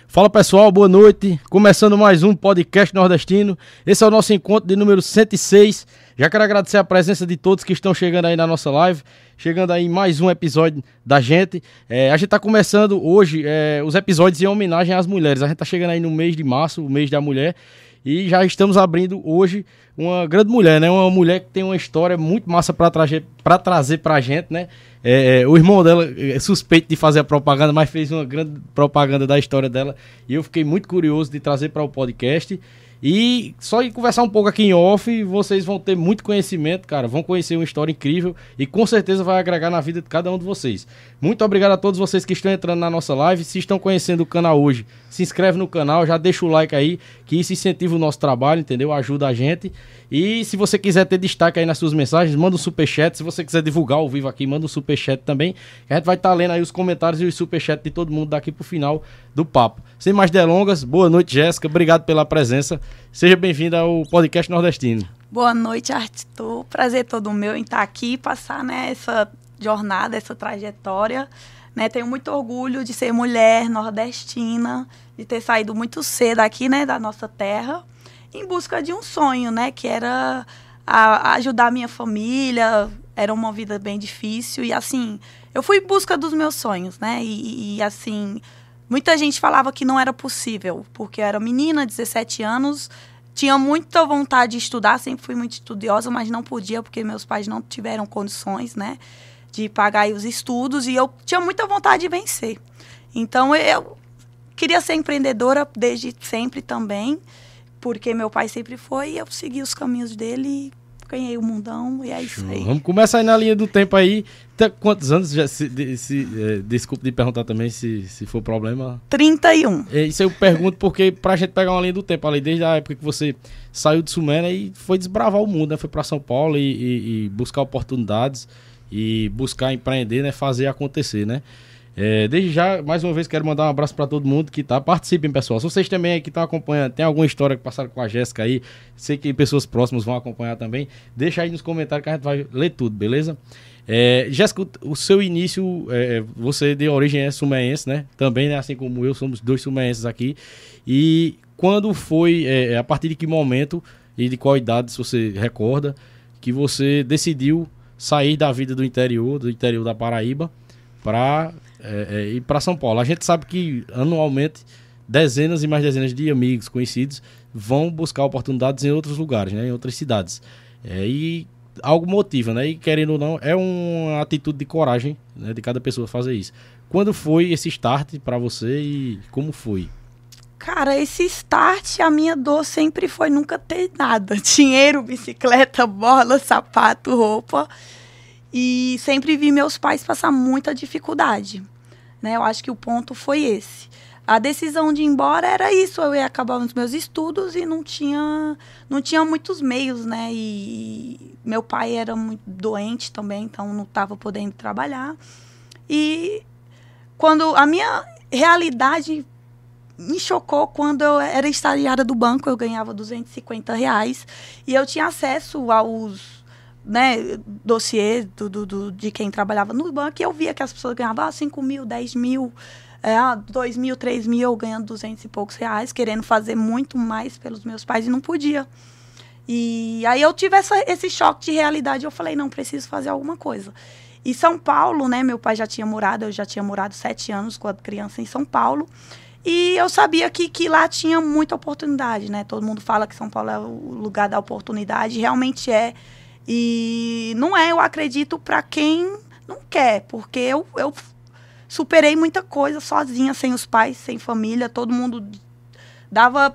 Fala pessoal, boa noite, começando mais um podcast nordestino, esse é o nosso encontro de número 106, já quero agradecer a presença de todos que estão chegando aí na nossa live, chegando aí mais um episódio da gente, a gente tá começando hoje os episódios em homenagem às mulheres, a gente tá chegando aí no mês de março, o mês da mulher, e já estamos abrindo hoje uma grande mulher, né? Uma mulher que tem uma história muito massa para trazer pra gente, né? O irmão dela é suspeito de fazer a propaganda, mas fez uma grande propaganda da história dela. E eu fiquei muito curioso de trazer para o podcast. E só em conversar um pouco aqui em off, vocês vão ter muito conhecimento, cara. Vão conhecer uma história incrível e com certeza vai agregar na vida de cada um de vocês. Muito obrigado a todos vocês que estão entrando na nossa live. Se estão conhecendo o canal hoje, se inscreve no canal, já deixa o like aí, que isso incentiva o nosso trabalho, entendeu? Ajuda a gente. E se você quiser ter destaque aí nas suas mensagens, manda um superchat. Se você quiser divulgar ao vivo aqui, manda um superchat também. A gente vai estar lendo aí os comentários e os superchats de todo mundo daqui pro final do papo. Sem mais delongas, boa noite, Jéssica. Obrigado pela presença. Seja bem-vinda ao podcast nordestino. Boa noite, Arthur. Prazer todo meu em estar aqui e passar, né, essa jornada, essa trajetória. Né? Tenho muito orgulho de ser mulher nordestina, de ter saído muito cedo aqui, né, da nossa terra, em busca de um sonho, né, que era ajudar a minha família. Era uma vida bem difícil e, assim, eu fui em busca dos meus sonhos, né, e assim, muita gente falava que não era possível, porque eu era menina, 17 anos, tinha muita vontade de estudar, sempre fui muito estudiosa, mas não podia, porque meus pais não tiveram condições, né, de pagar aí os estudos, e eu tinha muita vontade de vencer. Então, eu queria ser empreendedora desde sempre também, porque meu pai sempre foi, e eu segui os caminhos dele e ganhei o mundão, e é isso aí. Vamos começar aí na linha do tempo aí. Tem quantos anos? Desculpa de perguntar também se for problema. 31. Isso eu pergunto porque pra gente pegar uma linha do tempo ali, desde a época que você saiu de Sumé, né, e foi desbravar o mundo, né? Foi pra São Paulo e buscar oportunidades e buscar empreender, né? Fazer acontecer, né? Desde já, mais uma vez, quero mandar um abraço para todo mundo que tá. Participem, pessoal. Se vocês também aí que estão acompanhando, tem alguma história que passaram com a Jéssica aí, sei que pessoas próximas vão acompanhar também, deixa aí nos comentários que a gente vai ler tudo, beleza? Jéssica, o seu início, você de origem é sumeense, né? Também, né? Assim como eu, somos dois sumeenses aqui. E quando foi, a partir de que momento e de qual idade, se você recorda, que você decidiu sair da vida do interior da Paraíba, para ir para São Paulo? A gente sabe que anualmente dezenas e mais dezenas de amigos, conhecidos, vão buscar oportunidades em outros lugares, né, em outras cidades. E algo motiva, né? E querendo ou não, é uma atitude de coragem, né, de cada pessoa fazer isso. Quando foi esse start para você e como foi? Cara, esse start, a minha dor sempre foi nunca ter nada. Dinheiro, bicicleta, bola, sapato, roupa. E sempre vi meus pais passar muita dificuldade, né? Eu acho que o ponto foi esse. A decisão de ir embora era isso, eu ia acabar os meus estudos e não tinha muitos meios, né? E meu pai era muito doente também, então não estava podendo trabalhar. E quando a minha realidade me chocou quando eu era estagiária do banco, eu ganhava R$250 e eu tinha acesso aos, né, dossiê de quem trabalhava no banco, e eu via que as pessoas ganhavam 5 mil, 10 mil, 2 mil, 3 mil, eu ganhando 200 e poucos reais, querendo fazer muito mais pelos meus pais e não podia. E aí eu tive esse choque de realidade, eu falei, não, preciso fazer alguma coisa. E São Paulo, né, meu pai eu já tinha morado 7 anos quando criança em São Paulo, e eu sabia que lá tinha muita oportunidade, né, todo mundo fala que São Paulo é o lugar da oportunidade, realmente é. E não eu acredito, para quem não quer, porque eu superei muita coisa sozinha, sem os pais, sem família, todo mundo dava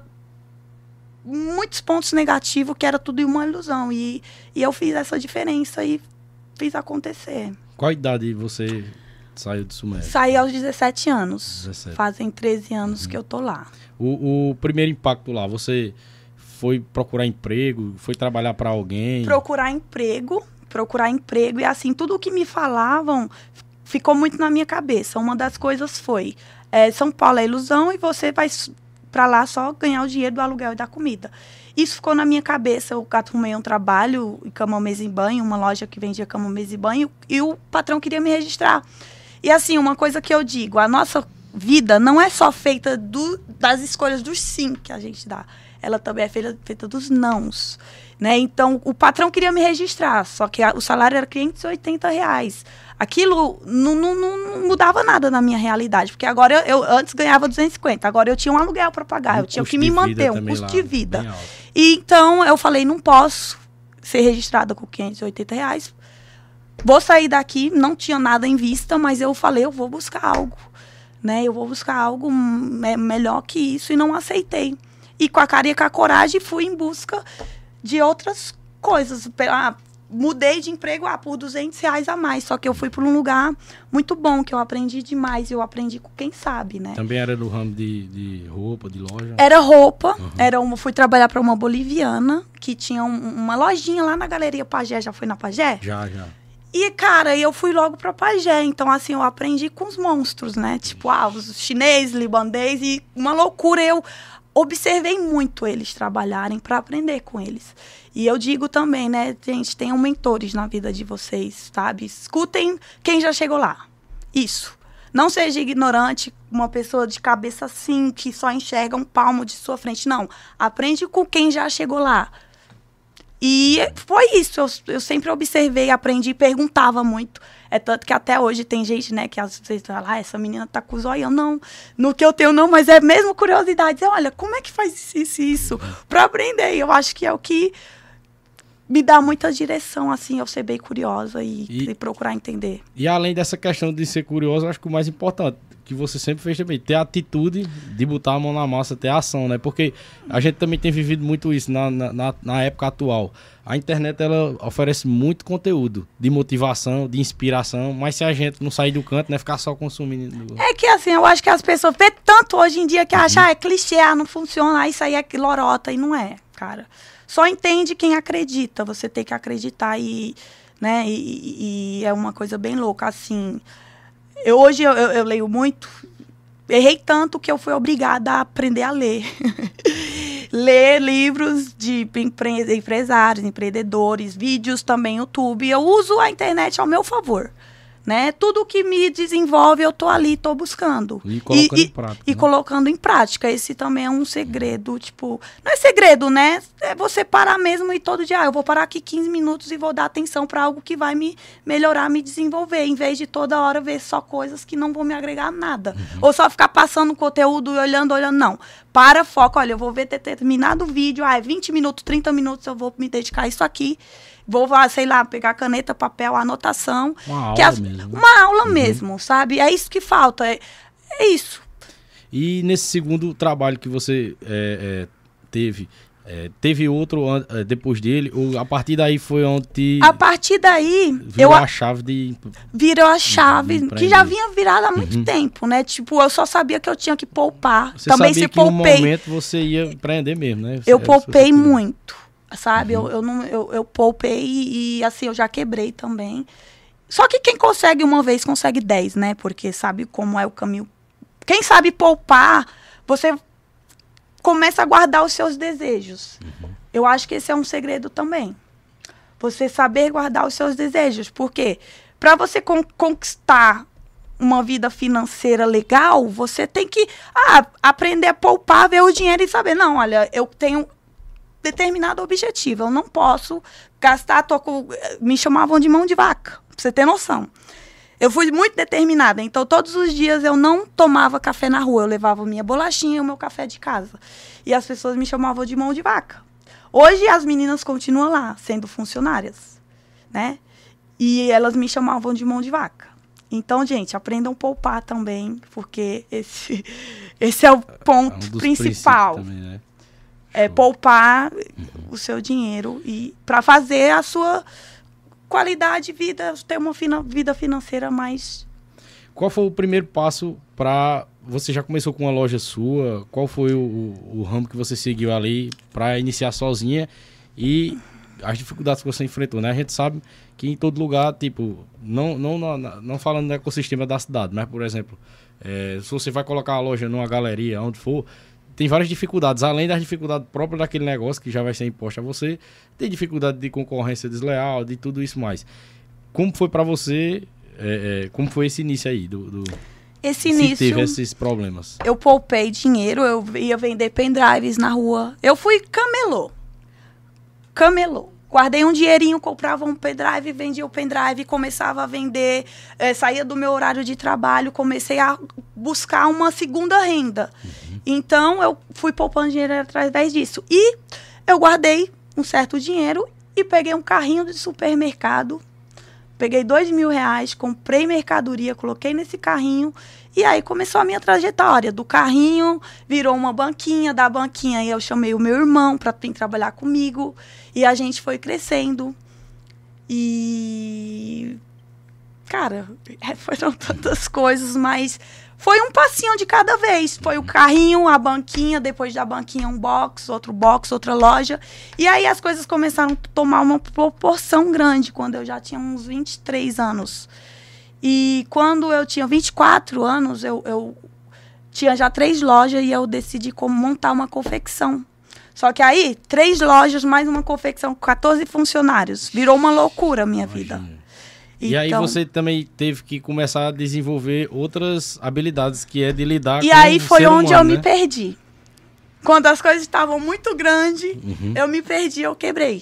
muitos pontos negativos, que era tudo uma ilusão, e eu fiz essa diferença e fiz acontecer. Qual idade você saiu de Sumé? Saí aos 17 anos, 17. Fazem 13 anos que eu tô lá. O primeiro impacto lá, você foi procurar emprego? Foi trabalhar para alguém? Procurar emprego, e assim, tudo o que me falavam ficou muito na minha cabeça. Uma das coisas foi, São Paulo é ilusão e você vai para lá só ganhar o dinheiro do aluguel e da comida. Isso ficou na minha cabeça. Eu arrumei um trabalho em cama, mesa e banho, uma loja que vendia cama, mesa e banho, e o patrão queria me registrar. E assim, uma coisa que eu digo, vida não é só feita das escolhas dos sim que a gente dá. Ela também é feita dos nãos. Né? Então, o patrão queria me registrar, só que o salário era R$580. Aquilo não mudava nada na minha realidade, porque agora eu antes ganhava 250, agora eu tinha um aluguel para pagar, eu tinha que me manter, um custo de vida. E então eu falei, não posso ser registrada com R$580. Vou sair daqui, não tinha nada em vista, mas eu falei, eu vou buscar algo, né? Eu vou buscar algo melhor que isso e não aceitei. E com a cara e com a coragem fui em busca de outras coisas. Mudei de emprego por R$200 a mais, só que eu fui para um lugar muito bom, que eu aprendi demais, eu aprendi com quem sabe, né? Também era do ramo de roupa, de loja? Era roupa, fui trabalhar para uma boliviana, que tinha uma lojinha lá na Galeria Pajé. Já foi na Pajé? Já. E, cara, eu fui logo pra Pajé. Então, assim, eu aprendi com os monstros, né? Tipo, os chinês, libanês, e uma loucura. Eu observei muito eles trabalharem para aprender com eles. E eu digo também, né, gente, tenham mentores na vida de vocês, sabe? Escutem quem já chegou lá. Isso. Não seja ignorante, uma pessoa de cabeça assim, que só enxerga um palmo de sua frente. Não. Aprende com quem já chegou lá. E foi isso. Eu sempre observei, aprendi, perguntava muito. É tanto que até hoje tem gente, né, que às vezes fala, essa menina tá com o zoião. Não, no que eu tenho não, mas é mesmo curiosidade. Olha, como é que faz isso? Pra aprender. Eu acho que é o que me dá muita direção, assim, eu ser bem curiosa e procurar entender. E além dessa questão de ser curiosa, eu acho que o mais importante, que você sempre fez também, ter a atitude de botar a mão na massa, ter a ação, né? Porque a gente também tem vivido muito isso na época atual. A internet, ela oferece muito conteúdo de motivação, de inspiração, mas se a gente não sair do canto, né, ficar só consumindo... É que assim, eu acho que as pessoas vê tanto hoje em dia que acham, é clichê, não funciona, isso aí é lorota, e não é, cara. Só entende quem acredita, você tem que acreditar né, e é uma coisa bem louca, assim... Hoje eu leio muito, errei tanto que eu fui obrigada a aprender a ler. Ler livros de empresários, empreendedores, vídeos também no YouTube. Eu uso a internet ao meu favor, né? Tudo que me desenvolve, eu tô ali, tô buscando. E colocando em prática. E colocando em prática. Esse também é um segredo, tipo... Não é segredo, né? É você parar mesmo e todo dia, eu vou parar aqui 15 minutos e vou dar atenção para algo que vai me melhorar, me desenvolver, em vez de toda hora ver só coisas que não vão me agregar nada. Ou só ficar passando conteúdo e olhando, não. Para, foca, olha, eu vou ver determinado vídeo, 20 minutos, 30 minutos, eu vou me dedicar a isso aqui. Vou, sei lá, pegar caneta, papel, anotação. Uma aula mesmo. Uma aula mesmo, sabe? É isso que falta. É isso. E nesse segundo trabalho que você teve outro depois dele? Ou a partir daí foi onde... A partir daí... Virou a chave de... Virou a chave, que já vinha virada há muito tempo, né? Tipo, eu só sabia que eu tinha que poupar. Você também sabia que em um momento você ia empreender mesmo, né? Eu poupei muito. Sabe, eu poupei e assim, eu já quebrei também. Só que quem consegue uma vez, consegue 10, né? Porque sabe como é o caminho. Quem sabe poupar, você começa a guardar os seus desejos. Eu acho que esse é um segredo também. Você saber guardar os seus desejos. Por quê? Para você conquistar uma vida financeira legal, você tem que aprender a poupar, ver o dinheiro e saber, não, olha, eu tenho determinado objetivo. Eu não posso gastar, me chamavam de mão de vaca, pra você ter noção. Eu fui muito determinada, então todos os dias eu não tomava café na rua, eu levava minha bolachinha e o meu café de casa. E as pessoas me chamavam de mão de vaca. Hoje as meninas continuam lá, sendo funcionárias, né? E elas me chamavam de mão de vaca. Então, gente, aprendam a poupar também, porque esse é o ponto principal. Também, né? É poupar o seu dinheiro e para fazer a sua qualidade de vida, ter uma vida financeira mais... Qual foi o primeiro passo para... Você já começou com uma loja sua? Qual foi o ramo que você seguiu ali para iniciar sozinha? E as dificuldades que você enfrentou, né? A gente sabe que em todo lugar, tipo, não falando do ecossistema da cidade, mas, por exemplo, se você vai colocar a loja numa galeria, onde for... Tem várias dificuldades, além das dificuldades próprias daquele negócio que já vai ser imposto a você, tem dificuldade de concorrência desleal, de tudo isso mais. Como foi para você, como foi esse início aí? esse Se início... teve esses problemas. Eu poupei dinheiro, eu ia vender pendrives na rua. Eu fui camelô. Guardei um dinheirinho, comprava um pendrive, vendia o pendrive, começava a vender, saía do meu horário de trabalho, comecei a buscar uma segunda renda. Então, eu fui poupando dinheiro através disso. E eu guardei um certo dinheiro e peguei um carrinho de supermercado, peguei R$2.000, comprei mercadoria, coloquei nesse carrinho e aí começou a minha trajetória. Do carrinho virou uma banquinha, da banquinha eu chamei o meu irmão para vir trabalhar comigo e a gente foi crescendo. E, cara, foram tantas coisas, mas foi um passinho de cada vez. Foi o carrinho, a banquinha, depois da banquinha um box, outra loja. E aí as coisas começaram a tomar uma proporção grande quando eu já tinha uns 23 anos. E quando eu tinha 24 anos, eu tinha já 3 lojas e eu decidi como montar uma confecção. Só que aí, 3 lojas mais uma confecção com 14 funcionários. Virou uma loucura a minha vida. E aí você também teve que começar a desenvolver outras habilidades, que é de lidar com o ser humano. E aí foi onde eu me perdi. Quando as coisas estavam muito grandes, eu me perdi, eu quebrei.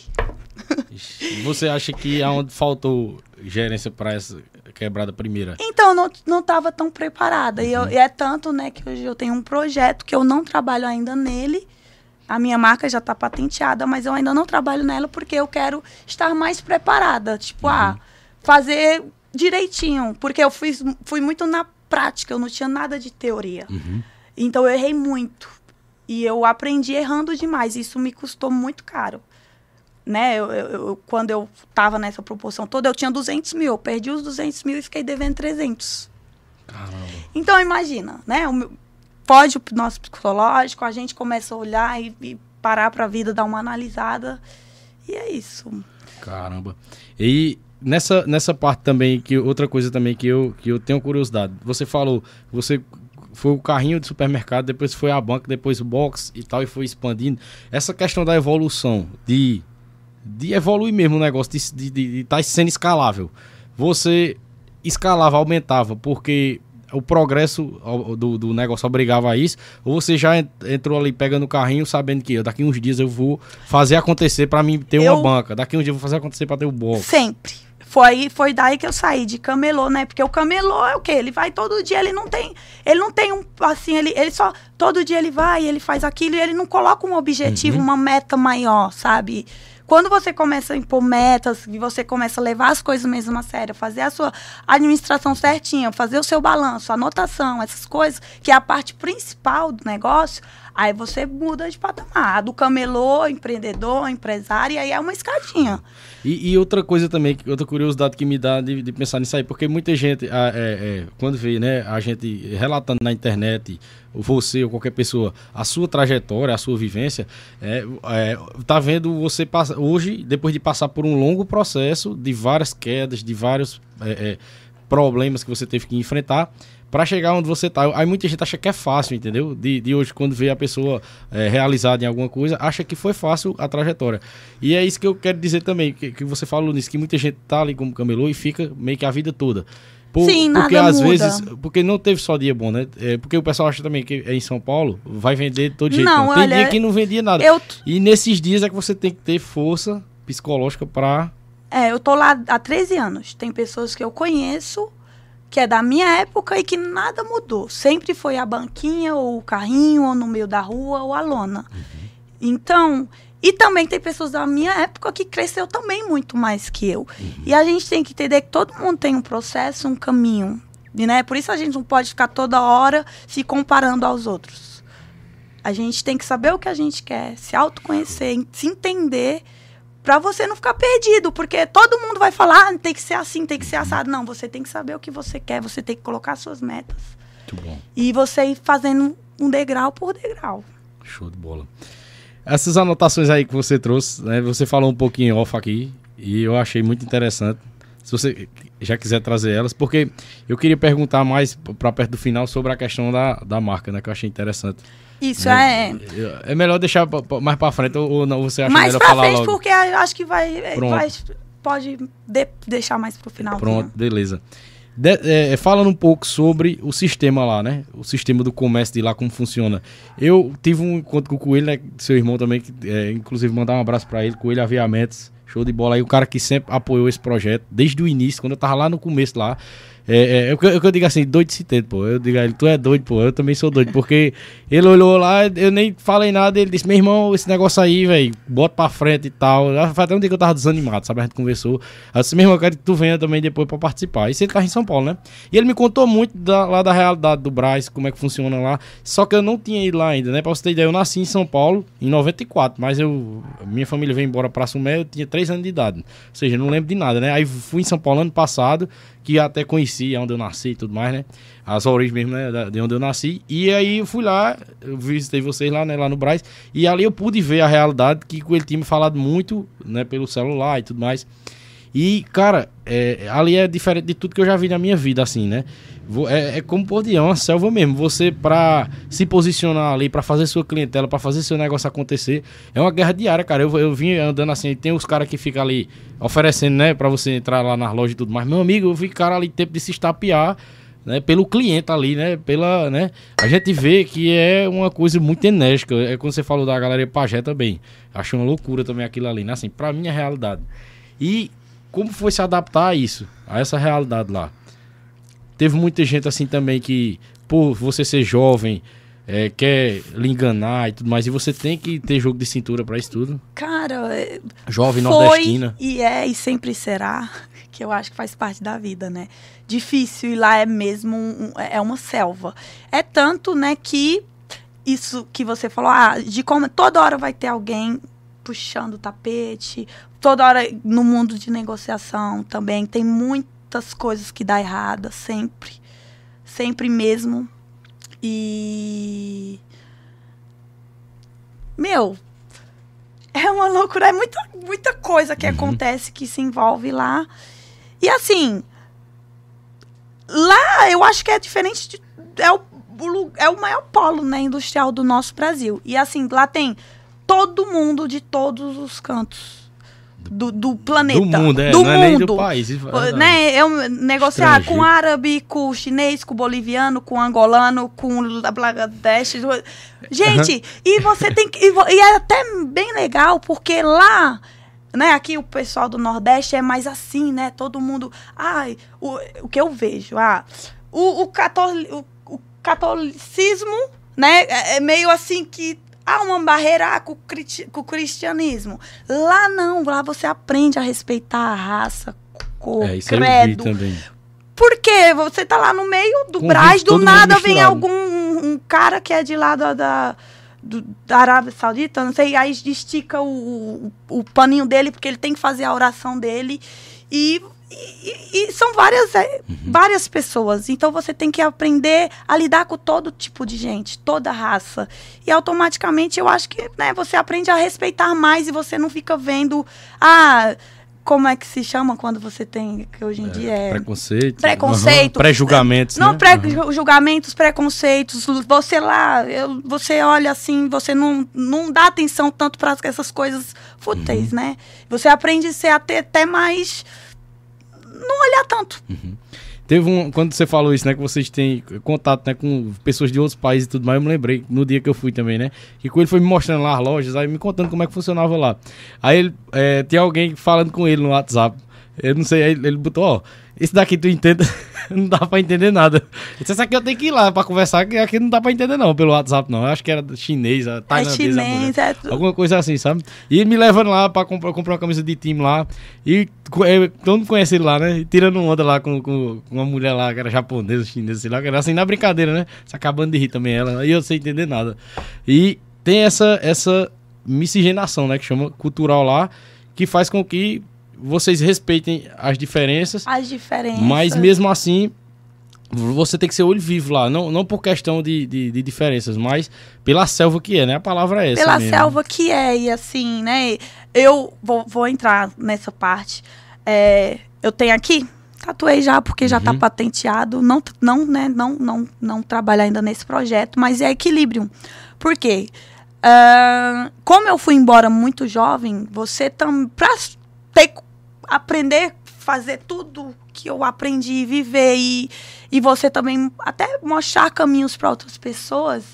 Você acha que aonde faltou gerência para essa quebrada primeira? Então, não estava tão preparada. E é tanto, né, que hoje eu tenho um projeto que eu não trabalho ainda nele. A minha marca já está patenteada, mas eu ainda não trabalho nela porque eu quero estar mais preparada. Tipo, fazer direitinho. Porque eu fui muito na prática, eu não tinha nada de teoria. Então, eu errei muito. E eu aprendi errando demais. Isso me custou muito caro. Né? Quando eu estava nessa proporção toda, eu tinha 200 mil. Eu perdi os 200 mil e fiquei devendo 300. Caramba. Então, imagina, né? Pode o nosso psicológico, a gente começa a olhar e parar para a vida, dar uma analisada. E é isso. Caramba. E nessa parte também, outra coisa também que eu tenho curiosidade. Você falou, você foi o carrinho de supermercado, depois foi a banca, depois o box e tal, e foi expandindo. Essa questão da evolução, de evoluir mesmo o negócio, de estar sendo escalável. Você escalava, aumentava, porque o progresso do negócio obrigava a isso, ou você já entrou ali pegando o carrinho, sabendo que daqui uns dias eu vou fazer acontecer para mim ter uma banca, daqui uns dias eu vou fazer acontecer para ter o box? Sempre. Foi daí que eu saí de camelô, né? Porque o camelô é o quê? Ele vai todo dia, ele não tem um, assim, ele só, todo dia ele vai, ele faz aquilo e ele não coloca um objetivo, uma meta maior, sabe? Quando você começa a impor metas, e você começa a levar as coisas mesmo a sério, fazer a sua administração certinha, fazer o seu balanço, anotação, essas coisas, que é a parte principal do negócio, aí você muda de patamar. Do camelô, empreendedor, empresário, e aí é uma escadinha. E outra coisa também, outra curiosidade que me dá de pensar nisso aí, porque muita gente, quando vê, né, a gente relatando na internet, você ou qualquer pessoa, a sua trajetória, a sua vivência, tá vendo você hoje, depois de passar por um longo processo de várias quedas, de vários problemas que você teve que enfrentar, para chegar onde você tá. Aí muita gente acha que é fácil, entendeu? De hoje, quando vê a pessoa realizada em alguma coisa, acha que foi fácil a trajetória. E é isso que eu quero dizer também, que você falou nisso, que muita gente tá ali como camelô e fica meio que a vida toda. Sim, porque nada às muda. vezes, porque não teve só dia bom, né? Porque o pessoal acha também que em São Paulo vai vender de todo jeito. Não, Tem olha, dia que não vendia nada. E nesses dias é que você tem que ter força psicológica para... eu tô lá há 13 anos. Tem pessoas que eu conheço, que é da minha época e que nada mudou. Sempre foi a banquinha, ou o carrinho, ou no meio da rua, ou a lona. Então, e também tem pessoas da minha época que cresceu também muito mais que eu. E a gente tem que entender que todo mundo tem um processo, um caminho. Né? Por isso a gente não pode ficar toda hora se comparando aos outros. A gente tem que saber o que a gente quer, se autoconhecer, se entender, para você não ficar perdido, porque todo mundo vai falar, tem que ser assim, tem que ser assado. Não, você tem que saber o que você quer, você tem que colocar suas metas. Muito bom. E você ir fazendo um degrau por degrau. Show de bola. Essas anotações aí que você trouxe, né, você falou um pouquinho off aqui, e eu achei muito interessante. Se você já quiser trazer elas, porque eu queria perguntar mais para perto do final sobre a questão da marca, né, que eu achei interessante. Isso é melhor deixar mais para frente ou não? Você acha mais melhor pra falar frente, logo? Porque eu acho que pode deixar mais pro final. Pronto, beleza. Falando um pouco sobre o sistema lá, né? O sistema do comércio de lá, como funciona. Eu tive um encontro com o Coelho, né? Seu irmão também, que, inclusive mandar um abraço pra ele, Coelho Aviamentos, show de bola aí, o cara que sempre apoiou esse projeto, desde o início, quando eu tava lá no começo lá. Eu digo assim, doido de se ter, pô. Eu digo a ele, tu é doido, pô. Eu também sou doido, porque ele olhou lá, eu nem falei nada, ele disse, meu irmão, esse negócio aí, velho, bota pra frente e tal. Faz até um dia que eu tava desanimado, sabe? A gente conversou. Eu disse, meu irmão, eu quero que tu venha também depois pra participar. Isso ele tá em São Paulo, né? E ele me contou muito lá da realidade do Brás, como é que funciona lá. Só que eu não tinha ido lá ainda, né? Pra você ter ideia, eu nasci em São Paulo em 94, mas minha família veio embora pra Sumé, eu tinha 3 anos de idade. Ou seja, não lembro de nada, né? Aí fui em São Paulo ano passado, que até conheci onde eu nasci e tudo mais, né? As origens mesmo, né? De onde eu nasci. E aí eu fui lá, eu visitei vocês lá, né? Lá no Brás. E ali eu pude ver a realidade que ele tinha me falado muito, né? Pelo celular e tudo mais. E, cara, ali é diferente de tudo que eu já vi na minha vida, assim, né? É como é uma selva mesmo. Você, pra se posicionar ali, pra fazer sua clientela, pra fazer seu negócio acontecer, é uma guerra diária, cara. Eu vim andando assim, tem os caras que ficam ali oferecendo, né, pra você entrar lá nas lojas e tudo mais. Meu amigo, eu vi cara ali tempo de se estapear, né, pelo cliente ali, né, né? A gente vê que é uma coisa muito enérgica. É quando você falou da galera Pajé também. Acho uma loucura também aquilo ali, né? Assim, pra mim é realidade. E como foi se adaptar a isso, a essa realidade lá? Teve muita gente assim também que, por você ser jovem, quer lhe enganar e tudo mais, e você tem que ter jogo de cintura pra isso tudo. Cara, jovem nordestina. E sempre será, que eu acho que faz parte da vida, né? Difícil, e lá é mesmo, é uma selva. É tanto, né, que isso que você falou, de como toda hora vai ter alguém puxando o tapete, toda hora no mundo de negociação também tem muitas coisas que dá errada, sempre mesmo. E é uma loucura, é muita coisa que acontece, que se envolve lá. E assim, lá eu acho que é diferente é o maior polo, né, industrial do nosso Brasil. E assim, lá tem todo mundo de todos os cantos do planeta. Do mundo, do não mundo. É nem do país. Né? Eu negociar com árabe, com chinês, com boliviano, com angolano, com Bangladesh. Gente, e você tem que... E é até bem legal, porque lá, né, aqui o pessoal do Nordeste é mais assim, né? Todo mundo... o que eu vejo, o catolicismo, né, é meio assim que há uma barreira com o cristianismo. Lá não, lá você aprende a respeitar a raça, cor, credo. Também. Porque você tá lá no meio do Brás, do nada vem um cara que é de lá da Arábia Saudita, não sei, aí estica o paninho dele, porque ele tem que fazer a oração dele. E são várias pessoas. Então você tem que aprender a lidar com todo tipo de gente, toda raça. E automaticamente eu acho que, né, você aprende a respeitar mais e você não fica vendo... como é que se chama quando você tem, que hoje em dia é... Preconceito. Pré-julgamentos, Não, né? Pré-julgamentos, preconceitos. Você olha assim, você não dá atenção tanto para essas coisas fúteis, né? Você aprende a ter até mais... não olhar tanto. Teve quando você falou isso, né, que vocês têm contato, né, com pessoas de outros países e tudo mais, eu me lembrei, no dia que eu fui também, né, que ele foi me mostrando lá as lojas, aí me contando como é que funcionava lá. Aí tem alguém falando com ele no WhatsApp, eu não sei, aí ele botou, esse daqui tu entende, não dá pra entender nada. Esse aqui eu tenho que ir lá pra conversar, que aqui não dá pra entender não, pelo WhatsApp não. Eu acho que era chinês, tailandês, alguma coisa assim, sabe? E me levando lá pra comprar uma camisa de time lá. E todo mundo conhece ele lá, né? E tirando onda lá com uma mulher lá, que era japonesa, chinesa, sei lá, que era assim na brincadeira, né? Se acabando de rir também ela, e eu sem entender nada. E tem essa miscigenação, né? Que chama cultural lá, que faz com que vocês respeitem as diferenças. Mas mesmo assim, você tem que ser olho vivo lá. Não por questão de diferenças, mas pela selva que é, né? A palavra é essa. Pela mesmo. selva que é. E assim, né? Eu vou entrar nessa parte. Eu tenho aqui, tatuei já, porque já tá patenteado. Não trabalhar ainda nesse projeto, mas é equilíbrio. Por quê? Como eu fui embora muito jovem, você para aprender a fazer tudo que eu aprendi a viver e você também até mostrar caminhos para outras pessoas,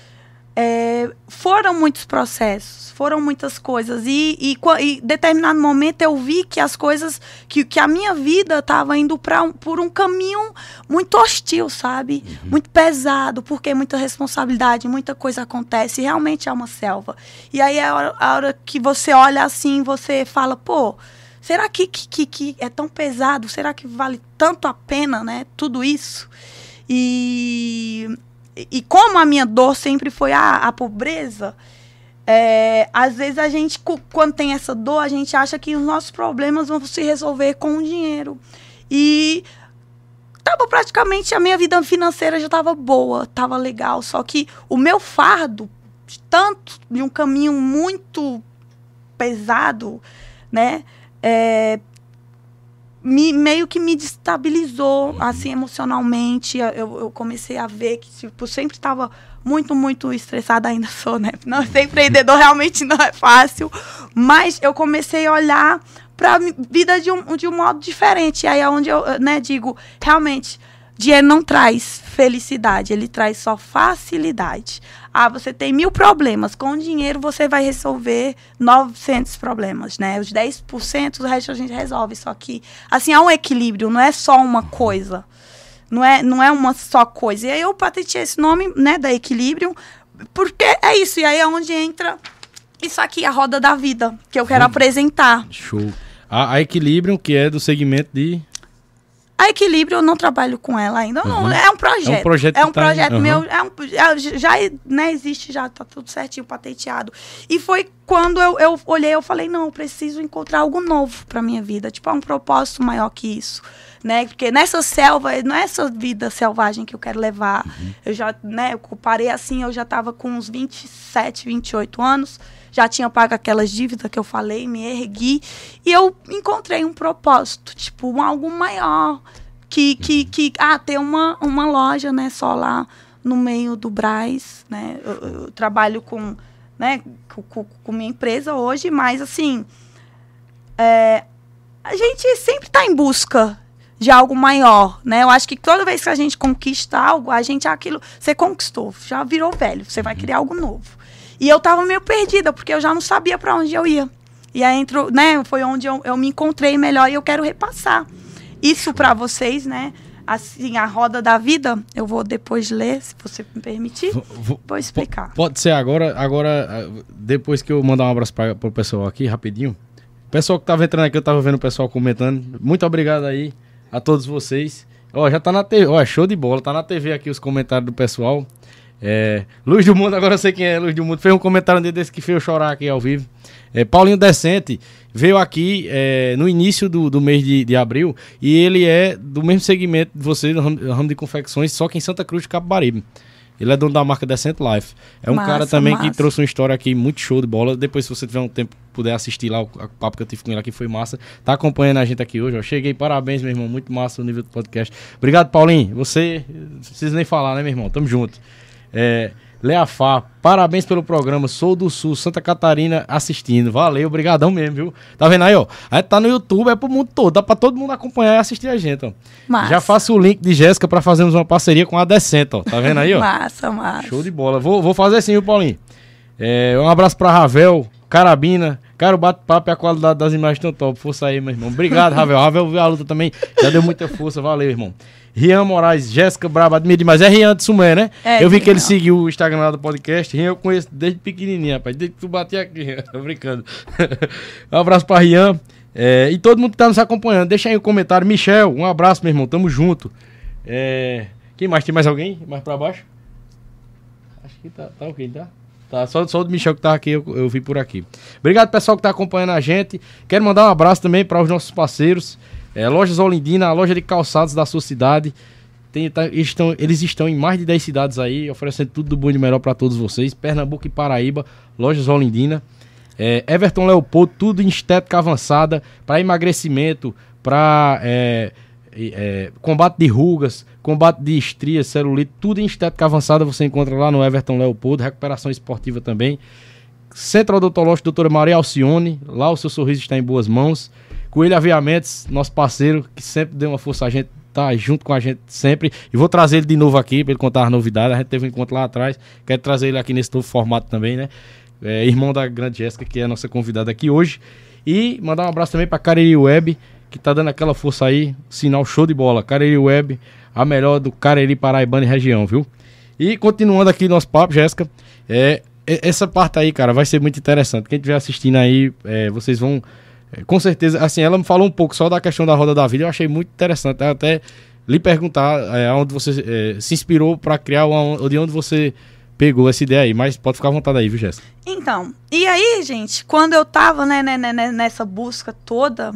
foram muitos processos, foram muitas coisas. E em determinado momento eu vi que as coisas, que a minha vida estava indo por um caminho muito hostil, sabe? Muito pesado, porque muita responsabilidade, muita coisa acontece. E realmente é uma selva. E aí a hora que você olha assim, você fala, pô, será que é tão pesado? Será que vale tanto a pena, né? Tudo isso? E como a minha dor sempre foi a pobreza, às vezes a gente, quando tem essa dor, a gente acha que os nossos problemas vão se resolver com o dinheiro. E tava praticamente, a minha vida financeira já estava boa, estava legal. Só que o meu fardo, tanto de um caminho muito pesado, né? Meio que me destabilizou, assim, emocionalmente. Eu comecei a ver que, tipo, sempre estava muito, muito estressada, ainda sou, né? Não, ser empreendedor realmente não é fácil, mas eu comecei a olhar para a vida de um modo diferente. Aí é onde eu, né, digo, realmente, dinheiro não traz felicidade, ele traz só facilidade. Você tem 1000 problemas, com o dinheiro você vai resolver 900 problemas, né? Os 10%, o resto a gente resolve. Só que, assim, há um equilíbrio, não é só uma coisa. Não é uma só coisa. E aí eu patenteei esse nome, né, da Equilíbrio, porque é isso. E aí é onde entra isso aqui, a roda da vida, que eu quero apresentar. Show. A Equilíbrio, que é do segmento de... A Equilíbrio, eu não trabalho com ela ainda. Não, é um projeto. É um projeto meu. Já né, existe, já tá tudo certinho, patenteado. E foi quando eu olhei, eu falei, não, eu preciso encontrar algo novo pra minha vida. Tipo, um propósito maior que isso. Né? Porque nessa selva, não é essa vida selvagem que eu quero levar. Eu já, né, eu parei assim, eu já tava com uns 27, 28 anos. Já tinha pago aquelas dívidas que eu falei, me ergui. E eu encontrei um propósito, tipo, algo maior. Ter uma loja, né, só lá no meio do Brás, né? Eu trabalho com minha empresa hoje, mas, assim, a gente sempre está em busca de algo maior, né? Eu acho que toda vez que a gente conquista algo, você conquistou, já virou velho, você vai criar algo novo. E eu tava meio perdida, porque eu já não sabia para onde eu ia. E aí né, foi onde eu me encontrei melhor e eu quero repassar isso para vocês, né? Assim, a roda da vida, eu vou depois ler, se você me permitir, vou explicar. Pode ser agora, depois que eu mandar um abraço para o pessoal aqui, rapidinho. O pessoal que tava entrando aqui, eu tava vendo o pessoal comentando. Muito obrigado aí a todos vocês. Já tá na TV, show de bola, tá na TV aqui os comentários do pessoal. Luz do Mundo, agora eu sei quem é Luz do Mundo, fez um comentário desse que fez eu chorar aqui ao vivo. Paulinho Decente veio aqui no início do mês de abril e ele é do mesmo segmento de você, no ramo de confecções, só que em Santa Cruz de Capibaribe. Ele é dono da marca Decent Life. É um cara também que trouxe uma história aqui muito show de bola. Depois, se você tiver um tempo, puder assistir lá o papo que eu tive com ele aqui, foi massa. Tá acompanhando a gente aqui hoje, ó. Cheguei, parabéns, meu irmão. Muito massa o nível do podcast. Obrigado, Paulinho. Você, não precisa nem falar, né, meu irmão? Tamo junto. Leafá, parabéns pelo programa. Sou do Sul, Santa Catarina, assistindo. Valeu, obrigadão mesmo, viu? Tá vendo aí, ó? A gente tá no YouTube, é pro mundo todo. Dá pra todo mundo acompanhar e assistir a gente, ó. Massa. Já faço o link de Jéssica pra fazermos uma parceria com a Decente, ó. Tá vendo aí, ó? Massa. Show de bola. Vou fazer assim, viu, Paulinho? Um abraço pra Ravel, Carabina. Cara, o bate-papo e a qualidade das imagens tão top. Força aí, meu irmão. Obrigado, Ravel. Ravel viu a luta também. Já deu muita força. Valeu, irmão. Rian Moraes, Jéssica Braba, admiro demais. É Rian de Sumé, né? Eu vi que ele seguiu o Instagram lá do podcast. Rian eu conheço desde pequenininho, rapaz. Desde que tu batia aqui, Rian. Tô brincando. Um abraço pra Rian. E todo mundo que tá nos acompanhando. Deixa aí um comentário. Michel, um abraço, meu irmão. Tamo junto. Quem mais? Tem mais alguém? Mais pra baixo? Acho que tá ok, tá? Tá, só o do Michel que tá aqui, eu vi por aqui. Obrigado, pessoal, que tá acompanhando a gente. Quero mandar um abraço também para os nossos parceiros. Lojas Olindina, a loja de calçados da sua cidade. Eles estão em mais de 10 cidades aí, oferecendo tudo do bom e do melhor para todos vocês. Pernambuco e Paraíba, Lojas Olindina. Everton Leopoldo, tudo em estética avançada, para emagrecimento, para combate de rugas, combate de estrias, celulite, tudo em estética avançada você encontra lá no Everton Leopoldo, recuperação esportiva também. Centro Odontológico Doutora Maria Alcione, lá o seu sorriso está em boas mãos. Coelho Aviamentos, nosso parceiro, que sempre deu uma força a gente, tá junto com a gente sempre. E vou trazer ele de novo aqui para ele contar as novidades. A gente teve um encontro lá atrás. Quero trazer ele aqui nesse novo formato também, né? Irmão da grande Jéssica, que é a nossa convidada aqui hoje. E mandar um abraço também para Cariri Web, que tá dando aquela força aí. Sinal show de bola. Cariri Web, a melhor do Cariri, Paraibana e região, viu? E continuando aqui nosso papo, Jéssica, essa parte aí, cara, vai ser muito interessante. Quem estiver assistindo aí, vocês vão... com certeza, assim, ela me falou um pouco só da questão da roda da vida, eu achei muito interessante. Eu até lhe perguntar onde você se inspirou para criar, ou de onde você pegou essa ideia aí, mas pode ficar à vontade aí, viu, Jéssica? Então, e aí, gente, quando eu tava, né, nessa busca toda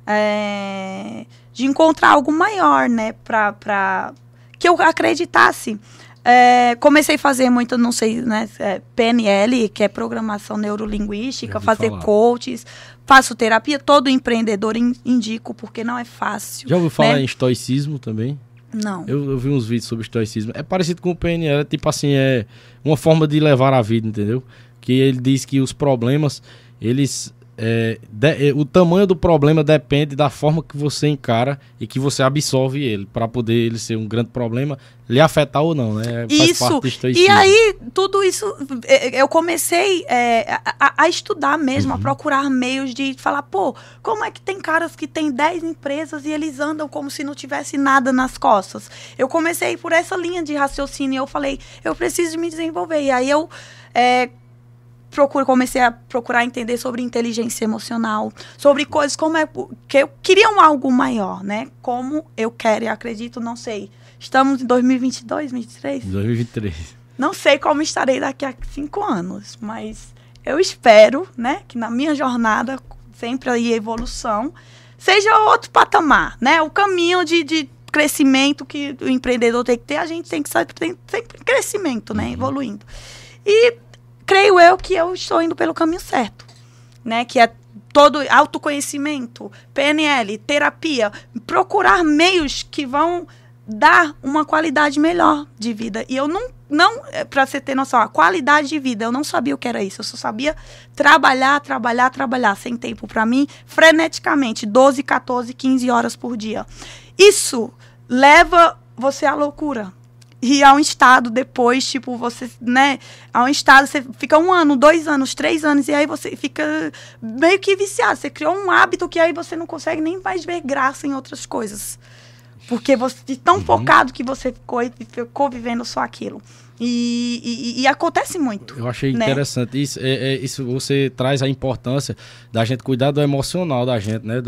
de encontrar algo maior, né, pra que eu acreditasse, comecei a fazer muito, não sei, né, PNL, que é Programação Neurolinguística, fazer coaches, faço terapia, todo empreendedor indico, porque não é fácil. Já ouviu falar em estoicismo também? Não. Eu vi uns vídeos sobre estoicismo. É parecido com o PNL, tipo assim, é uma forma de levar a vida, entendeu? Que ele diz que os problemas, eles... o tamanho do problema depende da forma que você encara e que você absorve ele, para poder ele ser um grande problema, lhe afetar ou não, né? Faz parte do estoicismo. E aí, tudo isso, eu comecei a estudar mesmo, a procurar meios de falar, pô, como é que tem caras que têm 10 empresas e eles andam como se não tivesse nada nas costas? Eu comecei por essa linha de raciocínio e eu falei, eu preciso me desenvolver. E aí eu... comecei a procurar entender sobre inteligência emocional, sobre coisas como que eu queria algo maior, né? Como eu quero e acredito, não sei. Estamos em 2022, 2023? 2023. Não sei como estarei daqui a 5 anos, mas eu espero, né, que na minha jornada, sempre aí evolução, seja outro patamar, né? O caminho de crescimento que o empreendedor tem que ter, a gente tem que saber, tem sempre crescimento, né? Evoluindo. E creio eu que eu estou indo pelo caminho certo, né? Que é todo autoconhecimento, PNL, terapia, procurar meios que vão dar uma qualidade melhor de vida. E eu não para você ter noção, a qualidade de vida, eu não sabia o que era isso. Eu só sabia trabalhar, sem tempo para mim, freneticamente, 12, 14, 15 horas por dia. Isso leva você à loucura. E a um estado depois, tipo, você, né? A um estado, você fica 1 ano, 2 anos, 3 anos, e aí você fica meio que viciado. Você criou um hábito que aí você não consegue nem mais ver graça em outras coisas. Porque você tão focado que você ficou vivendo só aquilo. E acontece muito. Eu achei, né, interessante. Isso você traz a importância da gente cuidar do emocional da gente, né?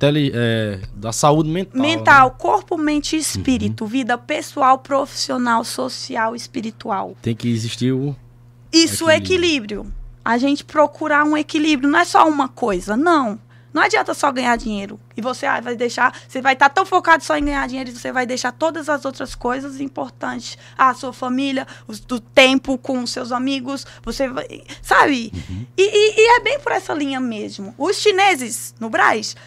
Da saúde mental. Mental, né? Corpo, mente e espírito. Vida pessoal, profissional, social, espiritual. Tem que existir Isso, equilíbrio. A gente procurar um equilíbrio. Não é só uma coisa, não. Não adianta só ganhar dinheiro. E você vai deixar... Você vai estar tão focado só em ganhar dinheiro e você vai deixar todas as outras coisas importantes. A sua família, o tempo com os seus amigos. Você vai... Sabe? E é bem por essa linha mesmo. Os chineses, no Brás,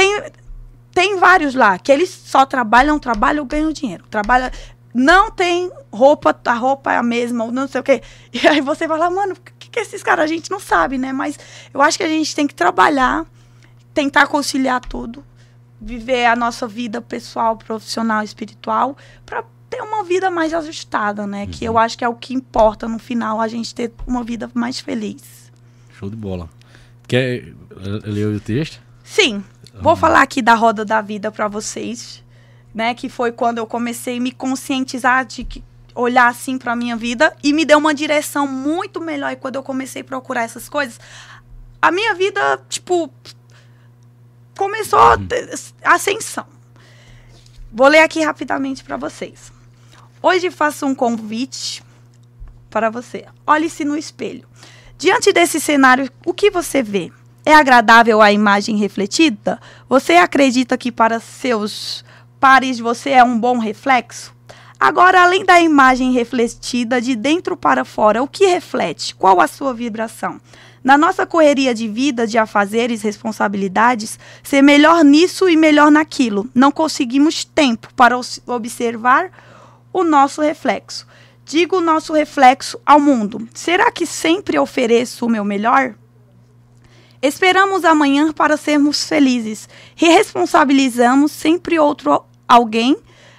tem vários lá. Que eles só trabalham, ganham dinheiro. Não tem roupa, a roupa é a mesma, ou não sei o quê. E aí você vai lá, mano, o que esses caras? A gente não sabe, né? Mas eu acho que a gente tem que trabalhar, tentar conciliar tudo, viver a nossa vida pessoal, profissional, espiritual, para ter uma vida mais ajustada, né? Que eu acho que é o que importa no final, a gente ter uma vida mais feliz. Show de bola. Quer ler o texto? Sim. Vou falar aqui da roda da vida para vocês, né? Que foi quando eu comecei a me conscientizar de olhar assim para a minha vida e me deu uma direção muito melhor. E quando eu comecei a procurar essas coisas, a minha vida, tipo... começou a ascensão. Vou ler aqui rapidamente para vocês. Hoje faço um convite para você. Olhe-se no espelho. Diante desse cenário, o que você vê? É agradável a imagem refletida? Você acredita que para seus pares você é um bom reflexo? Agora, além da imagem refletida de dentro para fora, o que reflete? Qual a sua vibração? Na nossa correria de vida, de afazeres, responsabilidades, ser melhor nisso e melhor naquilo. Não conseguimos tempo para observar o nosso reflexo. Digo o nosso reflexo ao mundo. Será que sempre ofereço o meu melhor? Esperamos amanhã para sermos felizes e responsabilizamos sempre outro alguém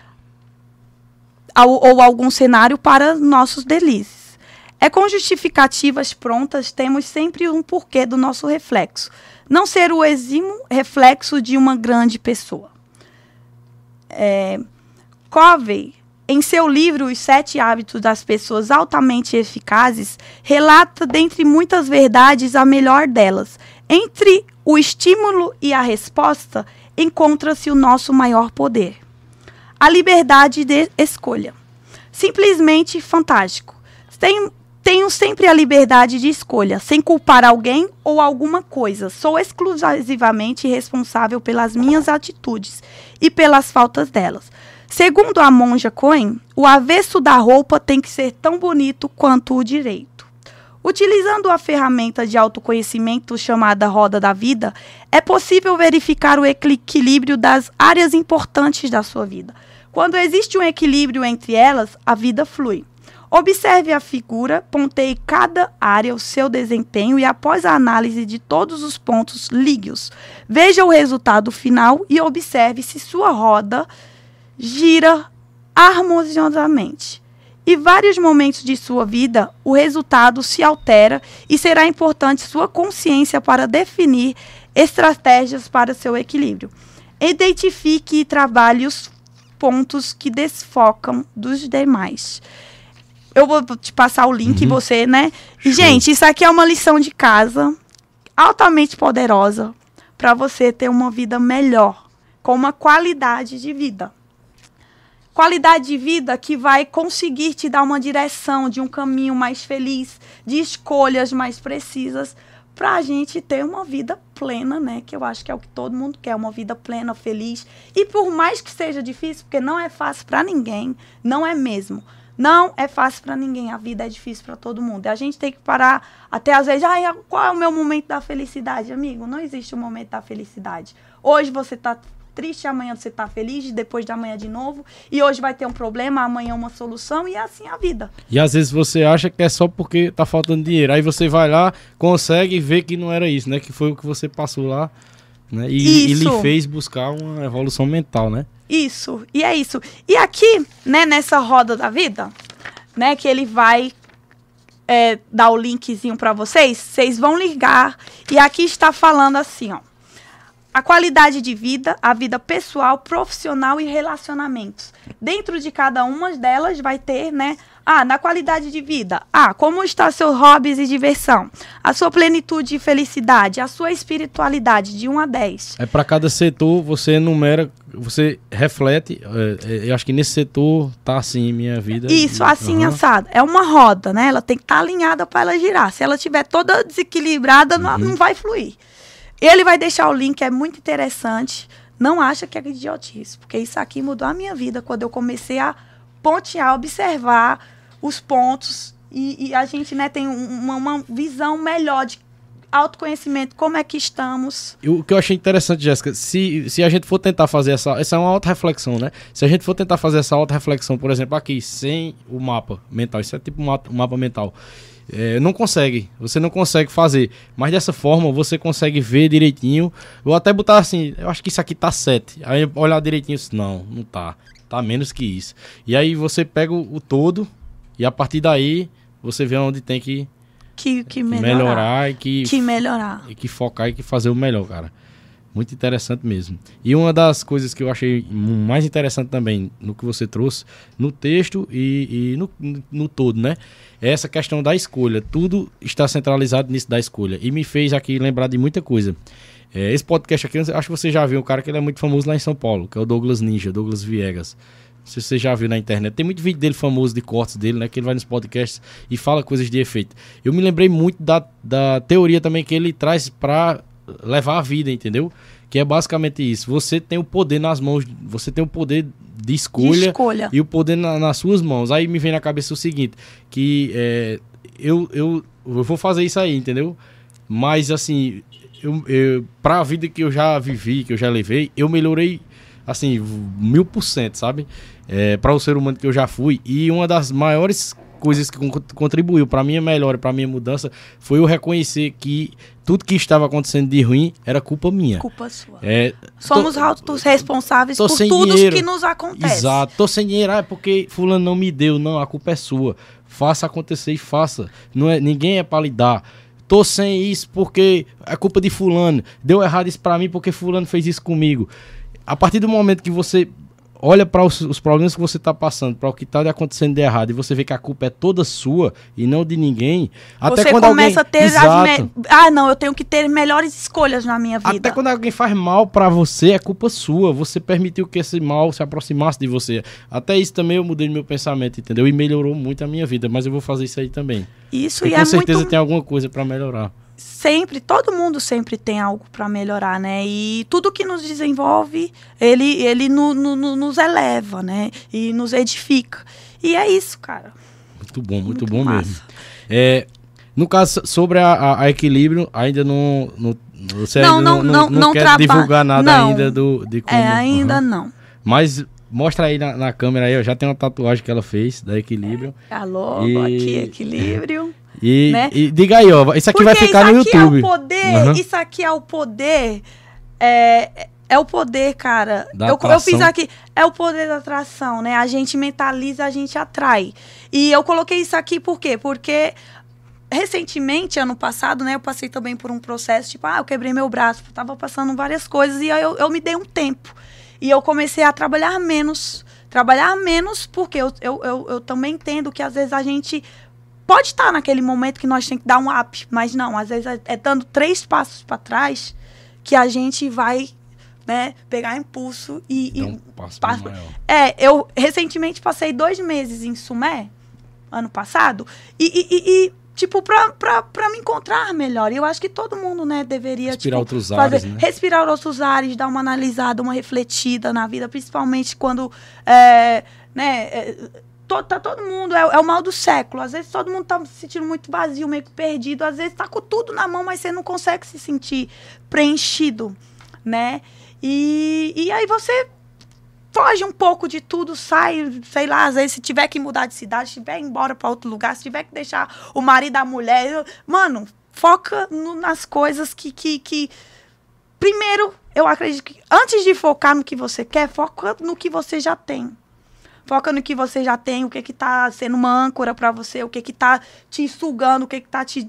ou algum cenário para nossos delícias. É com justificativas prontas, temos sempre um porquê do nosso reflexo. Não ser o exímio reflexo de uma grande pessoa. Covey, em seu livro Os 7 Hábitos das Pessoas Altamente Eficazes, relata, dentre muitas verdades, a melhor delas. Entre o estímulo e a resposta, encontra-se o nosso maior poder. A liberdade de escolha. Simplesmente fantástico. Tenho sempre a liberdade de escolha, sem culpar alguém ou alguma coisa. Sou exclusivamente responsável pelas minhas atitudes e pelas faltas delas. Segundo a monja Cohen, o avesso da roupa tem que ser tão bonito quanto o direito. Utilizando a ferramenta de autoconhecimento chamada Roda da Vida, é possível verificar o equilíbrio das áreas importantes da sua vida. Quando existe um equilíbrio entre elas, a vida flui. Observe a figura, ponteie cada área, o seu desempenho e, após a análise de todos os pontos, ligue-os. Veja o resultado final e observe se sua roda gira harmoniosamente. Em vários momentos de sua vida, o resultado se altera e será importante sua consciência para definir estratégias para seu equilíbrio. Identifique e trabalhe os pontos que desfocam dos demais. Eu vou te passar o link, você, né? E, gente, isso aqui é uma lição de casa altamente poderosa para você ter uma vida melhor, com uma qualidade de vida. Qualidade de vida que vai conseguir te dar uma direção de um caminho mais feliz, de escolhas mais precisas, para a gente ter uma vida plena, né? Que eu acho que é o que todo mundo quer, uma vida plena, feliz. E por mais que seja difícil, porque não é fácil para ninguém, não é mesmo. Não é fácil para ninguém, a vida é difícil para todo mundo. E a gente tem que parar, até às vezes, qual é o meu momento da felicidade? Amigo, não existe um momento da felicidade. Hoje você está triste, amanhã você está feliz, depois de amanhã de novo. E hoje vai ter um problema, amanhã uma solução, e é assim a vida. E às vezes você acha que é só porque tá faltando dinheiro. Aí você vai lá, consegue ver que não era isso, né? Que foi o que você passou lá, né? E lhe fez buscar uma evolução mental, né? Isso, e é isso. E aqui, né, nessa roda da vida, né, que ele vai dar o linkzinho para vocês vão ligar, e aqui está falando assim, ó. A qualidade de vida, a vida pessoal, profissional e relacionamentos. Dentro de cada uma delas vai ter, né? Na qualidade de vida. Como está seus hobbies e diversão? A sua plenitude e felicidade. A sua espiritualidade, de 1 a 10. Para cada setor, você enumera, você reflete. Eu acho que nesse setor tá assim minha vida. Isso, assim, assado. É uma roda, né? Ela tem que estar alinhada para ela girar. Se ela estiver toda desequilibrada, não vai fluir. Ele vai deixar o link, é muito interessante. Não acha que é idiotice, porque isso aqui mudou a minha vida quando eu comecei a pontear, observar os pontos e a gente, né, tem uma visão melhor de autoconhecimento, como é que estamos. O que eu achei interessante, Jéssica, se a gente for tentar fazer essa é uma auto-reflexão, né? Se a gente for tentar fazer essa auto-reflexão, por exemplo, aqui, sem o mapa mental, isso é tipo um mapa mental. Você não consegue fazer, mas dessa forma você consegue ver direitinho. Vou até botar assim, eu acho que isso aqui tá 7. Aí olhar direitinho, não tá menos que isso. E aí você pega o todo e a partir daí você vê onde tem que melhorar e que focar e que fazer o melhor, cara. Muito interessante mesmo. E uma das coisas que eu achei mais interessante também no que você trouxe, no texto e no todo, né? É essa questão da escolha. Tudo está centralizado nisso da escolha. E me fez aqui lembrar de muita coisa. Esse podcast aqui, acho que você já viu um cara que ele é muito famoso lá em São Paulo, que é o Douglas Ninja, Douglas Viegas. Não sei se você já viu na internet. Tem muito vídeo dele famoso, de cortes dele, né? Que ele vai nos podcasts e fala coisas de efeito. Eu me lembrei muito da teoria também que ele traz para levar a vida, entendeu? Que é basicamente isso. Você tem o poder nas mãos, você tem o poder de escolha. E o poder nas suas mãos. Aí me vem na cabeça o seguinte, que eu vou fazer isso aí, entendeu? Mas assim, pra vida que eu já vivi, que eu já levei, eu melhorei assim, 1000%, sabe? Para o ser humano que eu já fui. E uma das maiores coisas que contribuiu para minha melhora, para minha mudança, foi eu reconhecer que tudo que estava acontecendo de ruim era culpa minha. Culpa sua. Somos responsáveis por tudo que nos acontece. Exato. Tô sem dinheiro, é porque fulano não me deu. Não, a culpa é sua. Faça acontecer e faça. Ninguém é para lhe dar. Tô sem isso porque é culpa de fulano. Deu errado isso para mim porque fulano fez isso comigo. A partir do momento que você olha para os problemas que você está passando, para o que está acontecendo de errado, e você vê que a culpa é toda sua e não de ninguém, até quando começa a ter eu tenho que ter melhores escolhas na minha vida. Até quando alguém faz mal para você, é culpa sua. Você permitiu que esse mal se aproximasse de você. Até isso também eu mudei no meu pensamento, entendeu? E melhorou muito a minha vida, mas eu vou fazer isso aí também. Isso, e com certeza tem alguma coisa para melhorar. Sempre, todo mundo sempre tem algo para melhorar, né? E tudo que nos desenvolve, ele nos eleva, né? E nos edifica. E é isso, cara. Muito bom mesmo. No caso, sobre a Equilíbrio, ainda você não quer divulgar nada ainda de como... ainda não. Mas mostra aí na câmera aí, já tem uma tatuagem que ela fez da Equilíbrio. Logo aqui, Equilíbrio. E diga aí, ó, isso aqui vai ficar no YouTube. Isso aqui é o poder, é o poder, cara. Eu fiz aqui, é o poder da atração, né? A gente mentaliza, a gente atrai. E eu coloquei isso aqui por quê? Porque recentemente, ano passado, né, eu passei também por um processo, tipo, eu quebrei meu braço, tava passando várias coisas e aí eu me dei um tempo. E eu comecei a trabalhar menos porque eu também entendo que às vezes a gente pode estar naquele momento que nós temos que dar um up, mas não, às vezes é dando 3 passos para trás que a gente vai, né, pegar impulso e um passo maior. Eu recentemente passei 2 meses em Sumé, ano passado, e tipo, pra me encontrar melhor. E eu acho que todo mundo, né, deveria respirar outros ares, né? Respirar outros ares, dar uma analisada, uma refletida na vida, principalmente quando, tá todo mundo, é o mal do século. Às vezes todo mundo tá se sentindo muito vazio, meio que perdido. Às vezes tá com tudo na mão, mas você não consegue se sentir preenchido, né? E aí você foge um pouco de tudo, sai, sei lá, às vezes se tiver que mudar de cidade, se tiver que ir embora para outro lugar, se tiver que deixar o marido, a mulher, mano, foca nas coisas que... Primeiro, eu acredito que antes de focar no que você quer, foca no que você já tem. Foca no que você já tem, o que tá sendo uma âncora para você, o que tá te sugando, o que tá te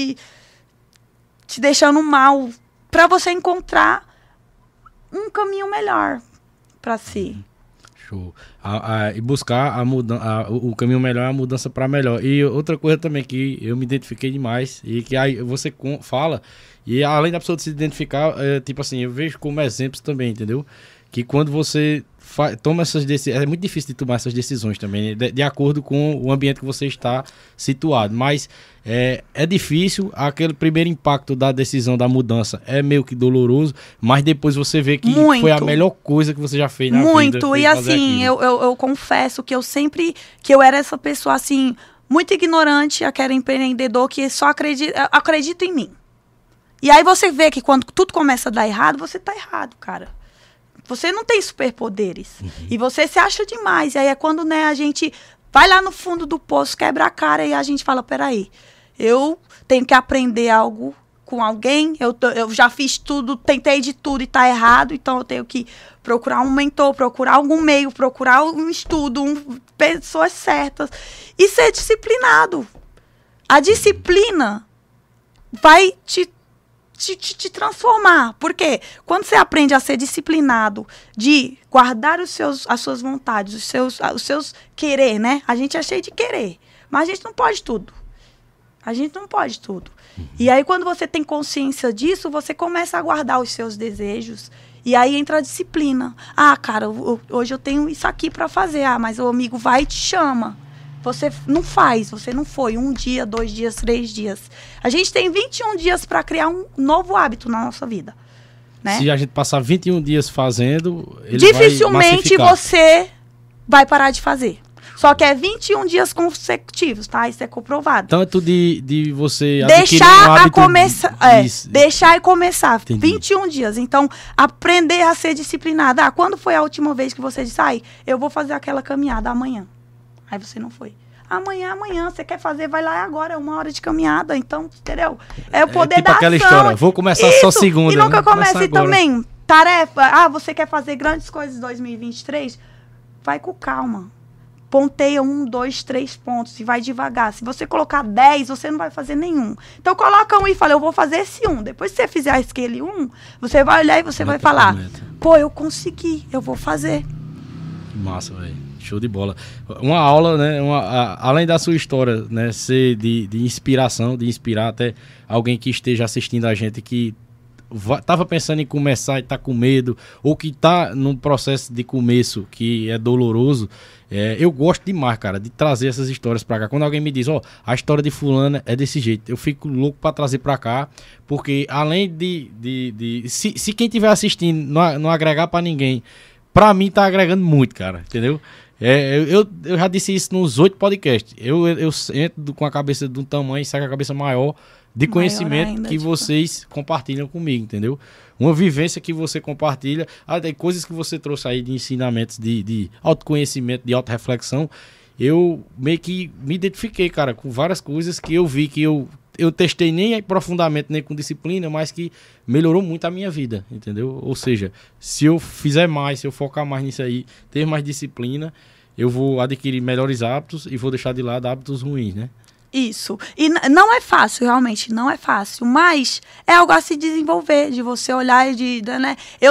deixando mal, para você encontrar um caminho melhor para si. Show. E buscar o caminho melhor é a mudança para melhor. E outra coisa também que eu me identifiquei demais e que aí você fala, e além da pessoa se identificar, tipo assim, eu vejo como exemplos também, entendeu? Que quando você toma essas decisões, é muito difícil de tomar essas decisões também, de acordo com o ambiente que você está situado, mas é difícil, aquele primeiro impacto da decisão da mudança é meio que doloroso, mas depois você vê que foi a melhor coisa que você já fez na vida. Muito, e assim, eu confesso que eu era essa pessoa assim, muito ignorante, aquele empreendedor que só acredita em mim. E aí você vê que quando tudo começa a dar errado, você tá errado, cara. Você não tem superpoderes. E você se acha demais. E aí é quando, né, a gente vai lá no fundo do poço, quebra a cara e a gente fala, peraí, eu tenho que aprender algo com alguém, eu já fiz tudo, tentei de tudo e tá errado, então eu tenho que procurar um mentor, procurar algum meio, procurar um estudo, pessoas certas e ser disciplinado. A disciplina vai te transformar. Porque quando você aprende a ser disciplinado, de guardar as suas vontades, os seus querer, né? A gente é cheio de querer, mas a gente não pode tudo. E aí, quando você tem consciência disso, você começa a guardar os seus desejos. E aí entra a disciplina. Cara, hoje eu tenho isso aqui para fazer. Mas o amigo vai e te chama. Você não faz, você não foi 1 dia, 2 dias, 3 dias. A gente tem 21 dias para criar um novo hábito na nossa vida, né? Se a gente passar 21 dias fazendo, ele dificilmente você vai parar de fazer. Só que é 21 dias consecutivos, tá? Isso é comprovado. Tanto de você deixar deixar e começar. Entendi. 21 dias. Então, aprender a ser disciplinada. Quando foi a última vez que você disse, eu vou fazer aquela caminhada amanhã? Aí você não foi. Amanhã, você quer fazer, vai lá agora, é 1 hora de caminhada, então, entendeu? É o poder tipo da aquela ação. História, vou começar só segunda. E nunca né? comece também, tarefa, você quer fazer grandes coisas em 2023? Vai com calma. Ponteia 1, 2, 3 pontos e vai devagar. Se você colocar 10, você não vai fazer nenhum. Então coloca 1 e fala, eu vou fazer esse 1. Depois que você fizer aquele 1, você vai olhar e você vai falar, pô, eu consegui, eu vou fazer. Que massa, velho. Show de bola. Uma aula, né? Além da sua história, né? Ser de inspiração, de inspirar até alguém que esteja assistindo a gente que tava pensando em começar e tá com medo, ou que tá num processo de começo que é doloroso. Eu gosto demais, cara, de trazer essas histórias pra cá. Quando alguém me diz, a história de fulana é desse jeito, eu fico louco pra trazer pra cá, porque além se quem estiver assistindo não agregar pra ninguém, pra mim tá agregando muito, cara, entendeu? Eu já disse isso nos 8 podcasts. Eu entro com a cabeça de um tamanho e saio com a cabeça maior de conhecimento ainda, que vocês compartilham comigo, entendeu? Uma vivência que você compartilha, tem coisas que você trouxe aí de ensinamentos, de autoconhecimento, de autorreflexão. Eu meio que me identifiquei, cara, com várias coisas que eu vi que eu testei nem profundamente, nem com disciplina, mas que melhorou muito a minha vida, entendeu? Ou seja, se eu fizer mais, se eu focar mais nisso aí, ter mais disciplina, eu vou adquirir melhores hábitos e vou deixar de lado hábitos ruins, né? Isso. E não é fácil, realmente, não é fácil. Mas é algo a se desenvolver, de você olhar e né? Eu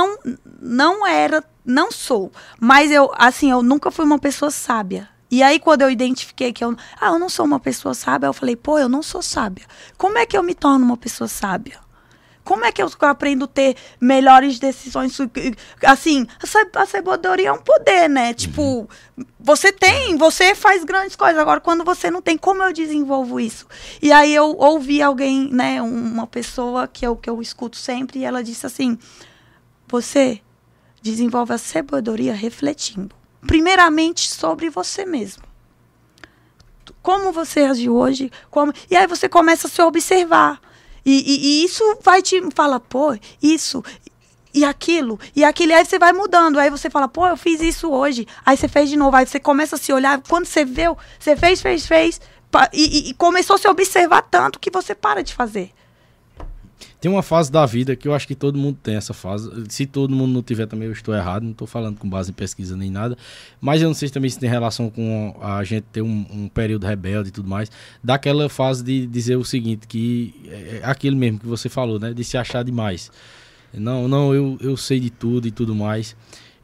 não sou. Mas eu nunca fui uma pessoa sábia. E aí, quando eu identifiquei que eu não sou uma pessoa sábia, eu falei, eu não sou sábia. Como é que eu me torno uma pessoa sábia? Como é que eu aprendo a ter melhores decisões? Assim, a sabedoria é um poder, né? Tipo, você faz grandes coisas. Agora, quando você não tem, como eu desenvolvo isso? E aí eu ouvi alguém, né? Uma pessoa que eu escuto sempre, e ela disse assim, você desenvolve a sabedoria refletindo. Primeiramente, sobre você mesmo. Como você agiu hoje? E aí você começa a se observar. E isso vai te falar, isso e aquilo. E aí você vai mudando. Aí você fala, eu fiz isso hoje. Aí você fez de novo. Aí você começa a se olhar. Quando você viu, você fez. E começou a se observar tanto que você para de fazer. Tem uma fase da vida que eu acho que todo mundo tem essa fase. Se todo mundo não tiver também, eu estou errado. Não estou falando com base em pesquisa nem nada. Mas eu não sei se também se tem relação com a gente ter um período rebelde e tudo mais. Daquela fase de dizer o seguinte, que é aquilo mesmo que você falou, né? De se achar demais. Eu sei de tudo e tudo mais.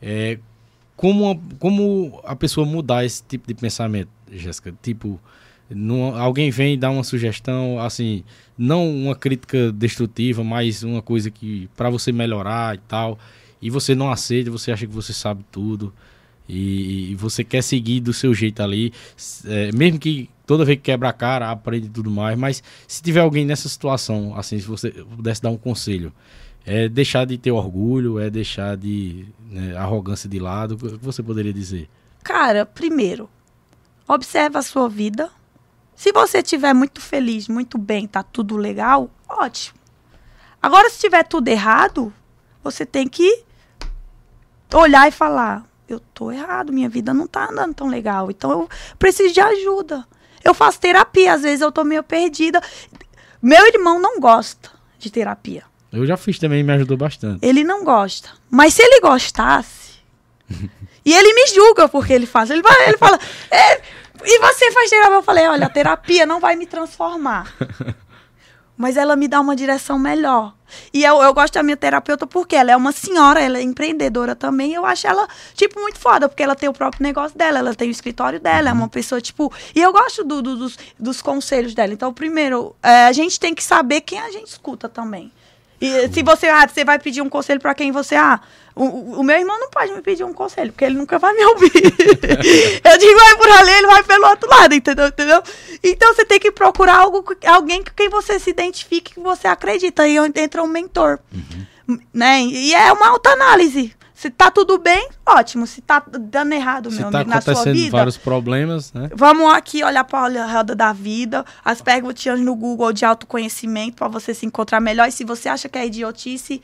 Como a pessoa mudar esse tipo de pensamento, Jéssica? Tipo... alguém vem e dá uma sugestão, assim, não uma crítica destrutiva, mas uma coisa que para você melhorar e tal, e você não aceita, você acha que você sabe tudo e você quer seguir do seu jeito ali, mesmo que toda vez que quebra a cara, aprende tudo mais, mas se tiver alguém nessa situação, assim, se você pudesse dar um conselho, é deixar de ter orgulho, é deixar de arrogância de lado, o que você poderia dizer? Cara, primeiro, observa a sua vida. Se você estiver muito feliz, muito bem, tá tudo legal, ótimo. Agora, se tiver tudo errado, você tem que olhar e falar, eu tô errado, minha vida não tá andando tão legal, então eu preciso de ajuda. Eu faço terapia, às vezes eu tô meio perdida. Meu irmão não gosta de terapia. Eu já fiz também, me ajudou bastante. Ele não gosta. Mas se ele gostasse, e ele me julga porque ele faz, ele fala... E você faz terapia? Eu falei, olha, a terapia não vai me transformar. Mas ela me dá uma direção melhor. E eu gosto da minha terapeuta porque ela é uma senhora, ela é empreendedora também. Eu acho ela, muito foda, porque ela tem o próprio negócio dela, ela tem o escritório dela, é uma pessoa, E eu gosto dos conselhos dela. Então, primeiro, a gente tem que saber quem a gente escuta também. E se você vai pedir um conselho pra quem você... O meu irmão não pode me pedir um conselho, porque ele nunca vai me ouvir. Eu digo, vai por ali, ele vai pelo outro lado, entendeu? Então, você tem que procurar alguém com quem você se identifique, que você acredita. E entra um mentor. Né? E é uma autoanálise. Se tá tudo bem, ótimo. Se tá dando errado, meu amigo, na sua vida... Se tá acontecendo vários problemas, né? Vamos aqui olhar para a roda da vida, as perguntinhas no Google de autoconhecimento, para você se encontrar melhor. E se você acha que é idiotice...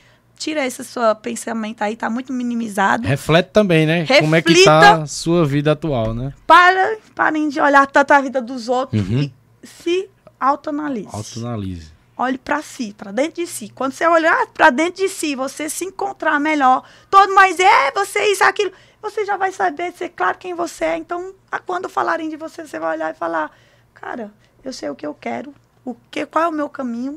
tira esse seu pensamento aí, tá muito minimizado. Reflete também, né? Reflita. Como é que tá a sua vida atual, né? Parem de olhar tanto a vida dos outros e se autoanalise. Autoanalise. Olhe pra si, pra dentro de si. Quando você olhar pra dentro de si, você se encontrar melhor. Todo mais você isso, aquilo. Você já vai saber, ser claro quem você é. Então, quando falarem de você, você vai olhar e falar, cara, eu sei o que eu quero, qual é o meu caminho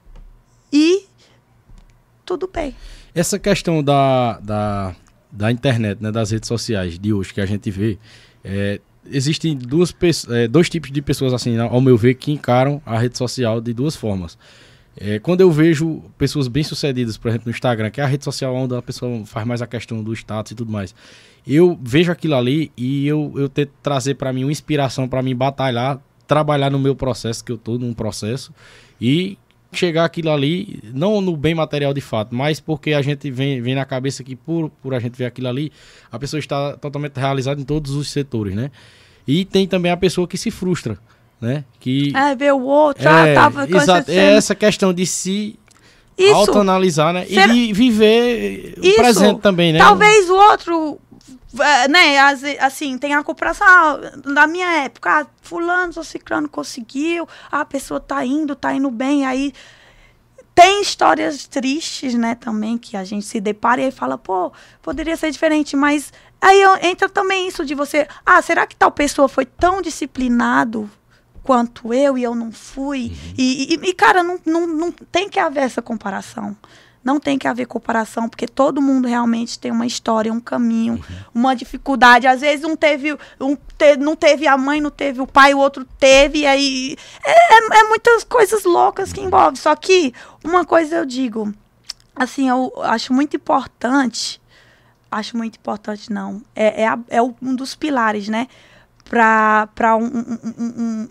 e tudo bem. Essa questão da internet, né, das redes sociais de hoje que a gente vê, existem dois tipos de pessoas, assim, ao meu ver, que encaram a rede social de duas formas. Quando eu vejo pessoas bem-sucedidas, por exemplo, no Instagram, que é a rede social onde a pessoa faz mais a questão do status e tudo mais, eu vejo aquilo ali e eu tento trazer para mim uma inspiração para mim batalhar, trabalhar no meu processo, que eu tô num processo, e chegar aquilo ali, não no bem material de fato, mas porque a gente vem na cabeça que por a gente ver aquilo ali, a pessoa está totalmente realizada em todos os setores, né? E tem também a pessoa que se frustra, né? Que ver o outro, tava com exato, essa questão de se autoanalisar, né? E de viver o presente também, né? Talvez o outro, né, assim, tem a comparação, na minha época, fulano ou ciclano conseguiu, a pessoa tá indo bem, aí tem histórias tristes, né, também, que a gente se depara e aí fala, pô, poderia ser diferente, mas aí entra também isso de você, será que tal pessoa foi tão disciplinado quanto eu e eu não fui? E cara, não tem que haver essa comparação. Não tem que haver comparação, porque todo mundo realmente tem uma história, um caminho, uma dificuldade. Às vezes não teve a mãe, não teve o pai, o outro teve. E aí muitas coisas loucas que envolvem. Só que uma coisa eu digo, assim, eu acho muito importante, não, um dos pilares, né, para um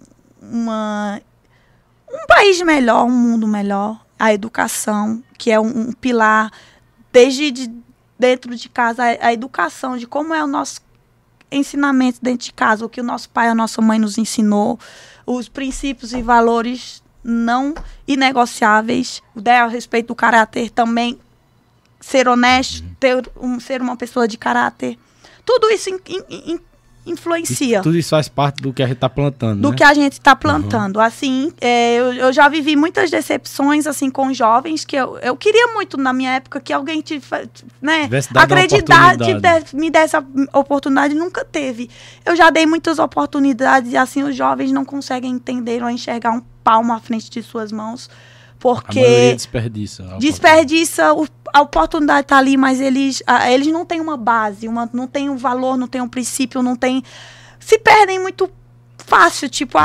país melhor, um mundo melhor, a educação, que é um pilar desde dentro de casa, a educação de como é o nosso ensinamento dentro de casa, o que o nosso pai, a nossa mãe nos ensinou, os princípios e valores não inegociáveis, a respeito do caráter também, ser honesto, ser uma pessoa de caráter. Tudo isso influencia. Tudo isso faz parte do que a gente está plantando, do, né? Que a gente está plantando. Assim, eu já vivi muitas decepções, assim, com jovens, que eu queria muito, na minha época, que alguém me desse a oportunidade, nunca teve. Eu já dei muitas oportunidades e, assim, os jovens não conseguem entender ou enxergar um palmo à frente de suas mãos, porque desperdiça a oportunidade está ali, mas eles não têm uma base, não têm um valor, não têm um princípio, se perdem muito fácil, tipo,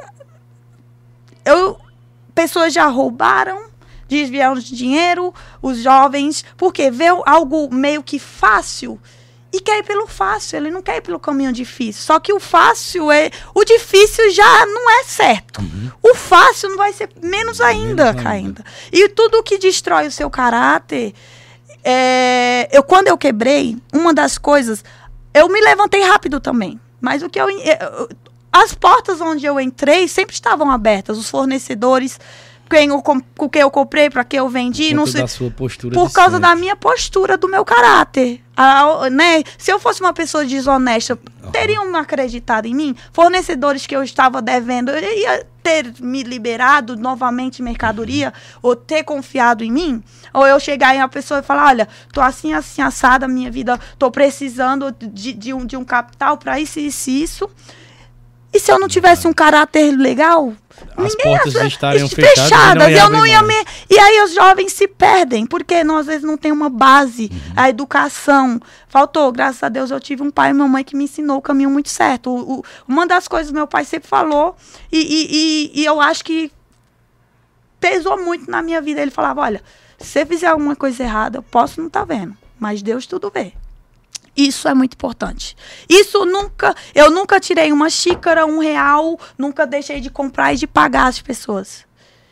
pessoas já roubaram, desviaram de dinheiro, os jovens, porque vê algo meio que fácil e quer ir pelo fácil, ele não quer ir pelo caminho difícil. Só que o difícil já não é certo. O fácil não vai ser menos ainda. E tudo que destrói o seu caráter, quando eu quebrei, uma das coisas, eu me levantei rápido também. Mas as portas onde eu entrei sempre estavam abertas, os fornecedores, com quem eu comprei, para que eu vendi, não sei, por causa da minha postura, do meu caráter. Né? Se eu fosse uma pessoa desonesta, teriam acreditado em mim? Fornecedores que eu estava devendo, eu ia ter me liberado novamente mercadoria, ou ter confiado em mim? Ou eu chegar em uma pessoa e falar, olha, tô assim, assim, assada, minha vida, tô precisando de um capital para isso, isso e isso. E se eu não tivesse um caráter legal, as portas estariam fechadas, eu não ia E aí os jovens se perdem, porque às vezes não tem uma base, a educação. Faltou, graças a Deus, eu tive um pai e uma mãe que me ensinou o caminho muito certo. Uma das coisas que meu pai sempre falou, e eu acho que pesou muito na minha vida. Ele falava, olha, se você fizer alguma coisa errada, eu posso não estar vendo, mas Deus tudo vê. Isso é muito importante. Eu nunca tirei uma xícara, R$1, nunca deixei de comprar e de pagar as pessoas.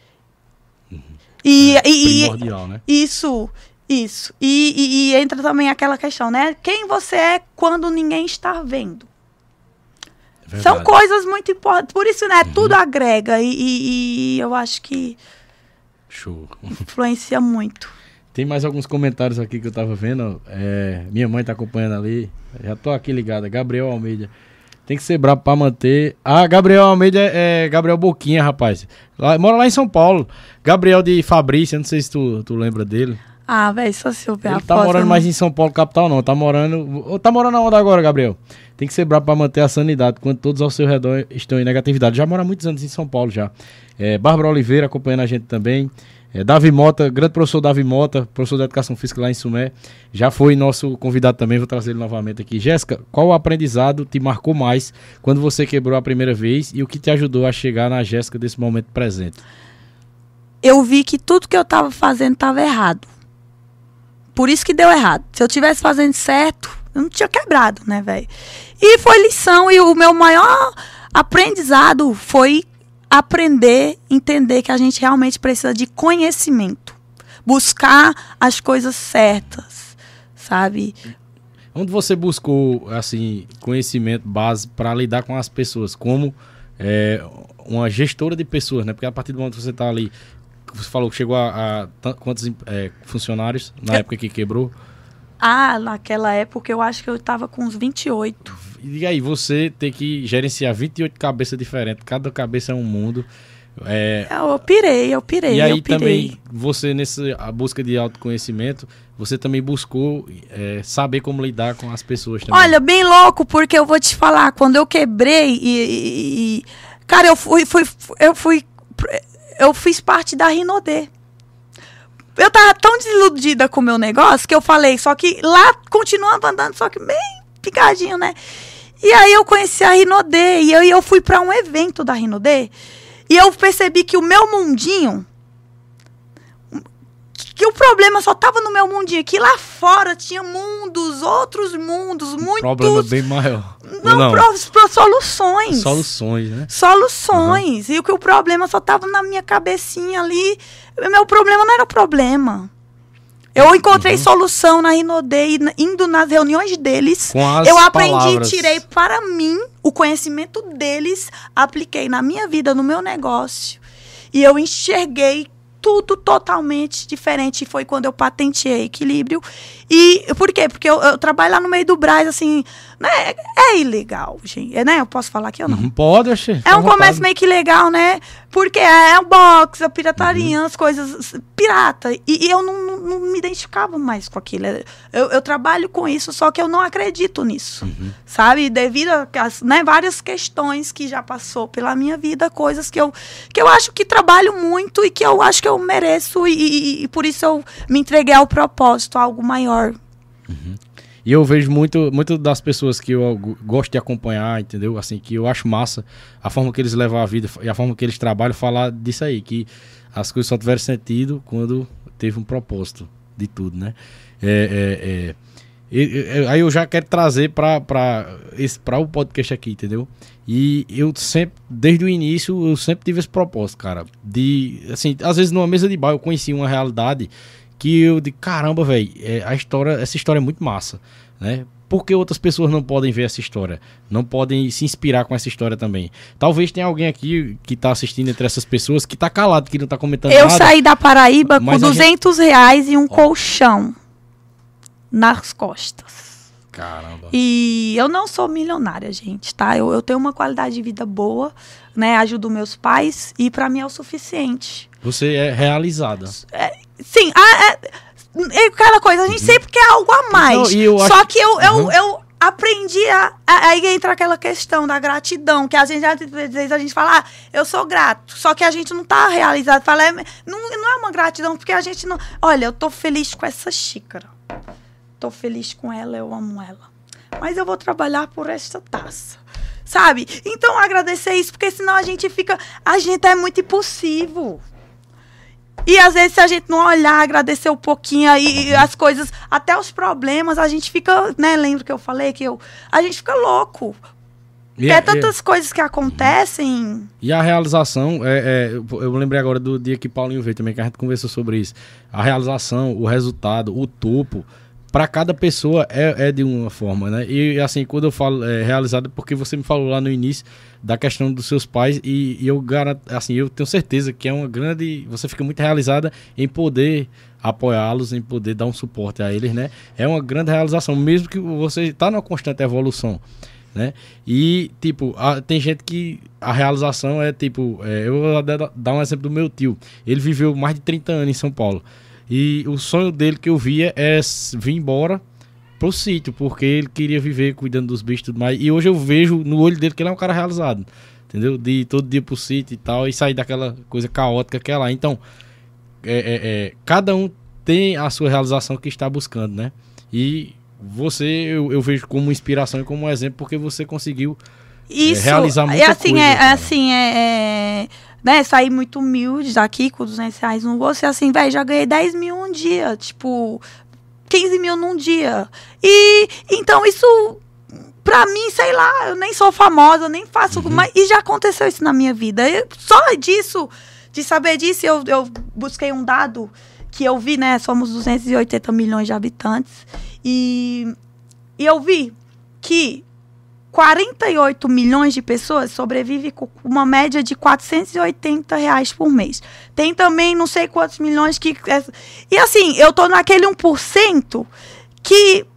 Primordial, né? Isso. E entra também aquela questão, né? Quem você é quando ninguém está vendo. São coisas muito importantes. Por isso, né? Tudo agrega. E eu acho que show. Influencia muito. Tem mais alguns comentários aqui que eu tava vendo. Minha mãe tá acompanhando ali. Já tô aqui ligado. Gabriel Almeida. Tem que ser brabo pra manter. Ah, Gabriel Almeida é Gabriel Boquinha, rapaz. Mora lá em São Paulo. Gabriel de Fabrício, eu não sei se tu lembra dele. Ah, velho, só se eu ver Ele tá morando mais em São Paulo, capital, não. Tá morando aonde agora, Gabriel? Tem que ser brabo pra manter a sanidade, quando todos ao seu redor estão em negatividade. Já mora há muitos anos em São Paulo, já. Bárbara Oliveira acompanhando a gente também. Davi Mota, grande professor Davi Mota, professor de Educação Física lá em Sumé. Já foi nosso convidado também, vou trazer ele novamente aqui. Jéssica, qual o aprendizado te marcou mais quando você quebrou a primeira vez e o que te ajudou a chegar na Jéssica desse momento presente? Eu vi que tudo que eu tava fazendo tava errado. Por isso que deu errado. Se eu tivesse fazendo certo, eu não tinha quebrado, né, velho? E foi lição, e o meu maior aprendizado foi aprender, entender que a gente realmente precisa de conhecimento. Buscar as coisas certas, sabe? Onde você buscou, assim, conhecimento base para lidar com as pessoas, como uma gestora de pessoas, né? Porque a partir do momento que você está ali, você falou que chegou a quantos funcionários na época que quebrou? Ah, naquela época eu acho que eu estava com uns 28. E aí, você tem que gerenciar 28 cabeças diferentes, cada cabeça é um mundo. Eu pirei. E aí também, você nessa busca de autoconhecimento, você também buscou saber como lidar com as pessoas também. Olha, bem louco, porque eu vou te falar, quando eu quebrei cara, eu fiz parte da Rinodê. Eu tava tão desiludida com o meu negócio que eu falei, só que lá continuava andando, só que bem picadinho, né? E aí eu conheci a Rinodê e eu fui para um evento da Rinodê e eu percebi que o meu mundinho, que o problema só tava no meu mundinho, que lá fora tinha outros mundos, muitos... Problema bem maior. Não. Soluções. Soluções, né? Soluções. Uhum. E o problema só tava na minha cabecinha ali. O meu problema não era o problema. Eu encontrei solução na Rinodê, indo nas reuniões deles. Eu aprendi, palavras. Tirei para mim o conhecimento deles, apliquei na minha vida, no meu negócio. E eu enxerguei tudo totalmente diferente. Foi quando eu patenteei Equilíbrio. E por quê? Porque eu trabalho lá no meio do Brás, assim, né? É ilegal, gente. Né? Eu posso falar aqui ou não? Não pode, achei. É um comércio meio que legal, né? Porque é um box, a pirataria, as coisas pirata. E eu não me identificava mais com aquilo. Eu trabalho com isso, só que eu não acredito nisso. Sabe? Devido a várias questões que já passou pela minha vida, coisas que eu acho que trabalho muito e que eu acho que eu mereço e por isso eu me entreguei ao propósito, a algo maior. E eu vejo muito das pessoas que eu gosto de acompanhar, entendeu? Assim, que eu acho massa a forma que eles levam a vida e a forma que eles trabalham, falar disso aí, que as coisas só tiveram sentido quando teve um propósito de tudo, né? Aí eu já quero trazer para o podcast aqui, entendeu? E eu sempre, desde o início, eu sempre tive esse propósito, cara, de, assim, às vezes numa mesa de bar eu conheci uma realidade que eu digo, caramba, velho, essa história é muito massa, né? Por que outras pessoas não podem ver essa história? Não podem se inspirar com essa história também? Talvez tenha alguém aqui que tá assistindo entre essas pessoas que tá calado, que não tá comentando nada. Eu saí da Paraíba com R$200 e um colchão nas costas. Caramba. E eu não sou milionária, gente, tá? Eu tenho uma qualidade de vida boa, né? Ajudo meus pais e pra mim é o suficiente. Você é realizada. Sim, é aquela coisa, a gente sempre quer algo a mais. Não, só que eu aprendi aí entra aquela questão da gratidão, que às vezes a gente fala, eu sou grato, só que a gente não tá realizado. Fala, não é uma gratidão, porque a gente não... Olha, eu tô feliz com essa xícara. Tô feliz com ela, eu amo ela. Mas eu vou trabalhar por esta taça. Sabe? Então, agradecer isso, porque senão a gente é muito impulsivo. E às vezes, se a gente não olhar, agradecer um pouquinho aí, as coisas, até os problemas, a gente fica, né? Lembra que eu falei que a gente fica louco. Porque tantas coisas que acontecem. E a realização, eu lembrei agora do dia que Paulinho veio também, que a gente conversou sobre isso. A realização, o resultado, o topo, para cada pessoa é de uma forma, né? E assim, quando eu falo realizada, porque você me falou lá no início da questão dos seus pais e eu garanto, assim, eu tenho certeza que é uma grande, você fica muito realizada em poder apoiá-los, em poder dar um suporte a eles, né? É uma grande realização, mesmo que você está numa constante evolução, né? E, tipo, tem gente que a realização é, tipo, eu vou dar um exemplo do meu tio. Ele viveu mais de 30 anos em São Paulo. E o sonho dele que eu via é vir embora pro sítio, porque ele queria viver cuidando dos bichos e tudo mais. E hoje eu vejo no olho dele que ele é um cara realizado, entendeu? De ir todo dia pro sítio e tal, e sair daquela coisa caótica que é lá. Então, cada um tem a sua realização que está buscando, né? E você, eu vejo como inspiração e como exemplo, porque você conseguiu realizar muita coisa. Né, sair muito humilde daqui com R$200 no bolso, e assim, velho, já ganhei 10 mil um dia, tipo, 15 mil num dia. E, então, isso, pra mim, sei lá, eu nem sou famosa, eu nem faço, mas, e já aconteceu isso na minha vida. Só disso, de saber disso, eu busquei um dado que eu vi, né, somos 280 milhões de habitantes, e eu vi que 48 milhões de pessoas sobrevivem com uma média de R$480 por mês. Tem também não sei quantos milhões que... E assim, eu tô naquele 1% que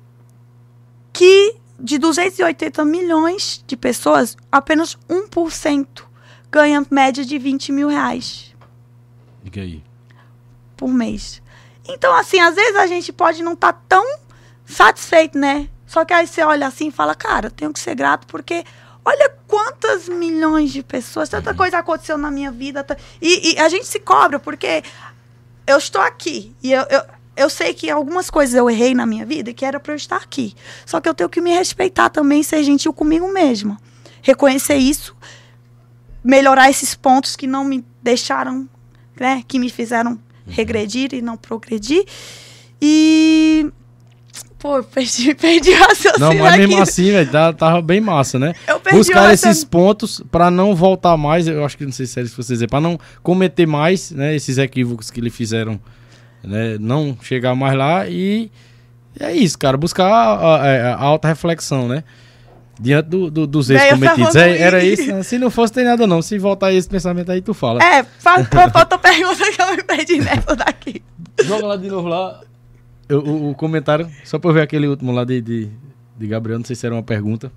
de 280 milhões de pessoas, apenas 1% ganha média de R$20 mil. Fica aí. Por mês. Então, assim, às vezes a gente pode não estar tão satisfeito, né? Só que aí você olha assim e fala, cara, eu tenho que ser grato porque olha quantas milhões de pessoas, tanta coisa aconteceu na minha vida. E a gente se cobra porque eu estou aqui e eu sei que algumas coisas eu errei na minha vida e que era para eu estar aqui. Só que eu tenho que me respeitar também, ser gentil comigo mesma. Reconhecer isso, melhorar esses pontos que não me deixaram, né, que me fizeram regredir e não progredir. E... Pô, perdi o raciocínio. Não, mas mesmo assim, velho, tava bem massa, né? Eu perdi buscar esses pontos pra não voltar mais, eu acho que não sei se é isso que você dizer, pra não cometer mais, né, esses equívocos que lhe fizeram, né, não chegar mais lá. E é isso, cara, buscar a alta reflexão, né? Diante dos erros cometidos. Era isso, né? Se não fosse, tem nada não. Se voltar esse pensamento aí, tu fala. Falta pergunta que eu me perdi nessa daqui. Joga lá de novo lá. O comentário, só pra eu ver aquele último lá de Gabriel, não sei se era uma pergunta.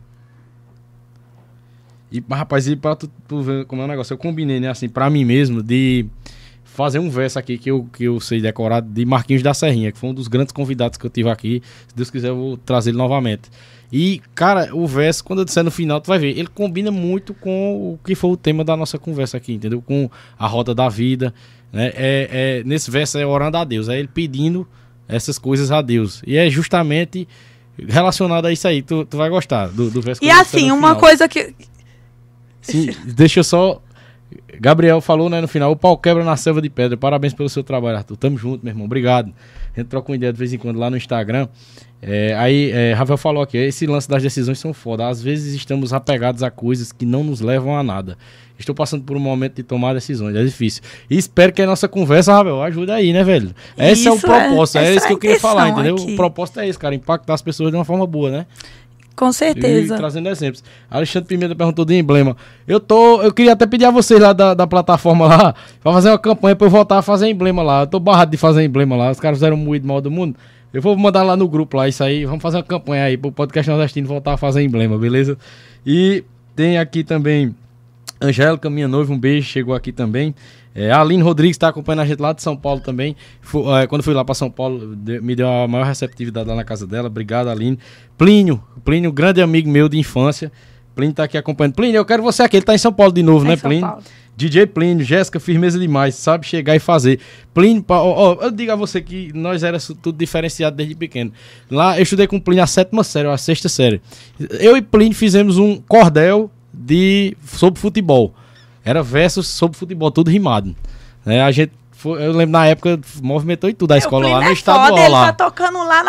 Mas rapaz, e pra tu ver como é o negócio, eu combinei, né, assim, pra mim mesmo, de fazer um verso aqui que eu sei decorar, de Marquinhos da Serrinha, que foi um dos grandes convidados que eu tive aqui. Se Deus quiser, eu vou trazer ele novamente. E, cara, o verso, quando eu disser no final, tu vai ver, ele combina muito com o que foi o tema da nossa conversa aqui, entendeu? Com a roda da vida, né? Nesse verso é orando a Deus, é ele pedindo essas coisas a Deus. E é justamente relacionado a isso aí. Tu vai gostar do verso. E assim, uma coisa que... Sim, deixa eu só... Gabriel falou, né, no final, o pau quebra na selva de pedra. Parabéns pelo seu trabalho, Arthur. Tamo junto, meu irmão. Obrigado. A gente troca uma ideia de vez em quando lá no Instagram. Rafael falou aqui, esse lance das decisões são foda. Às vezes estamos apegados a coisas que não nos levam a nada. Estou passando por um momento de tomar decisões, é difícil. E espero que a nossa conversa, Rafael, ajude aí, né, velho? Esse é o propósito, é isso que eu queria falar, entendeu? Aqui. O propósito é esse, cara, impactar as pessoas de uma forma boa, né? Com certeza. E trazendo exemplos. Alexandre Pimenta perguntou de emblema. Eu queria até pedir a vocês lá da plataforma lá, pra fazer uma campanha pra eu voltar a fazer emblema lá. Eu tô barrado de fazer emblema lá, os caras fizeram moído mal do mundo. Eu vou mandar lá no grupo lá, isso aí, vamos fazer uma campanha aí pro Podcast Nordestino voltar a fazer emblema, beleza? E tem aqui também Angélica, minha noiva, um beijo, chegou aqui também. A Aline Rodrigues está acompanhando a gente lá de São Paulo também. Quando fui lá para São Paulo, me deu a maior receptividade lá na casa dela. Obrigado, Aline. Plínio, grande amigo meu de infância. Plínio tá aqui acompanhando. Plínio, eu quero você aqui. Ele tá em São Paulo de novo, né, Plínio? Paulo. DJ Plínio, Jéssica, firmeza demais, sabe chegar e fazer. Plínio, eu digo a você que nós éramos tudo diferenciado desde pequeno. Lá eu estudei com o Plínio a 7ª série, a 6ª série. Eu e Plínio fizemos um cordel sobre futebol. Era versos sobre futebol, tudo rimado. Eu lembro na época, movimentou e tudo a escola lá no estadual. Ele tá tocando lá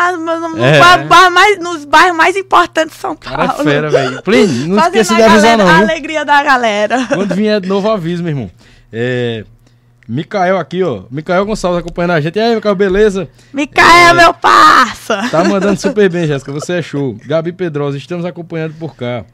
nos bairros mais importantes de São Paulo. Cara, é fera, velho. Plínio, não esqueça de avisar não. A alegria da galera. Quando vier de novo, aviso, meu irmão. Micael aqui, ó. Micael Gonçalves acompanhando a gente. E aí, Micael, beleza? Micael, meu parça! Tá mandando super bem, Jéssica. Você é show. Gabi Pedrosa, estamos acompanhando por cá.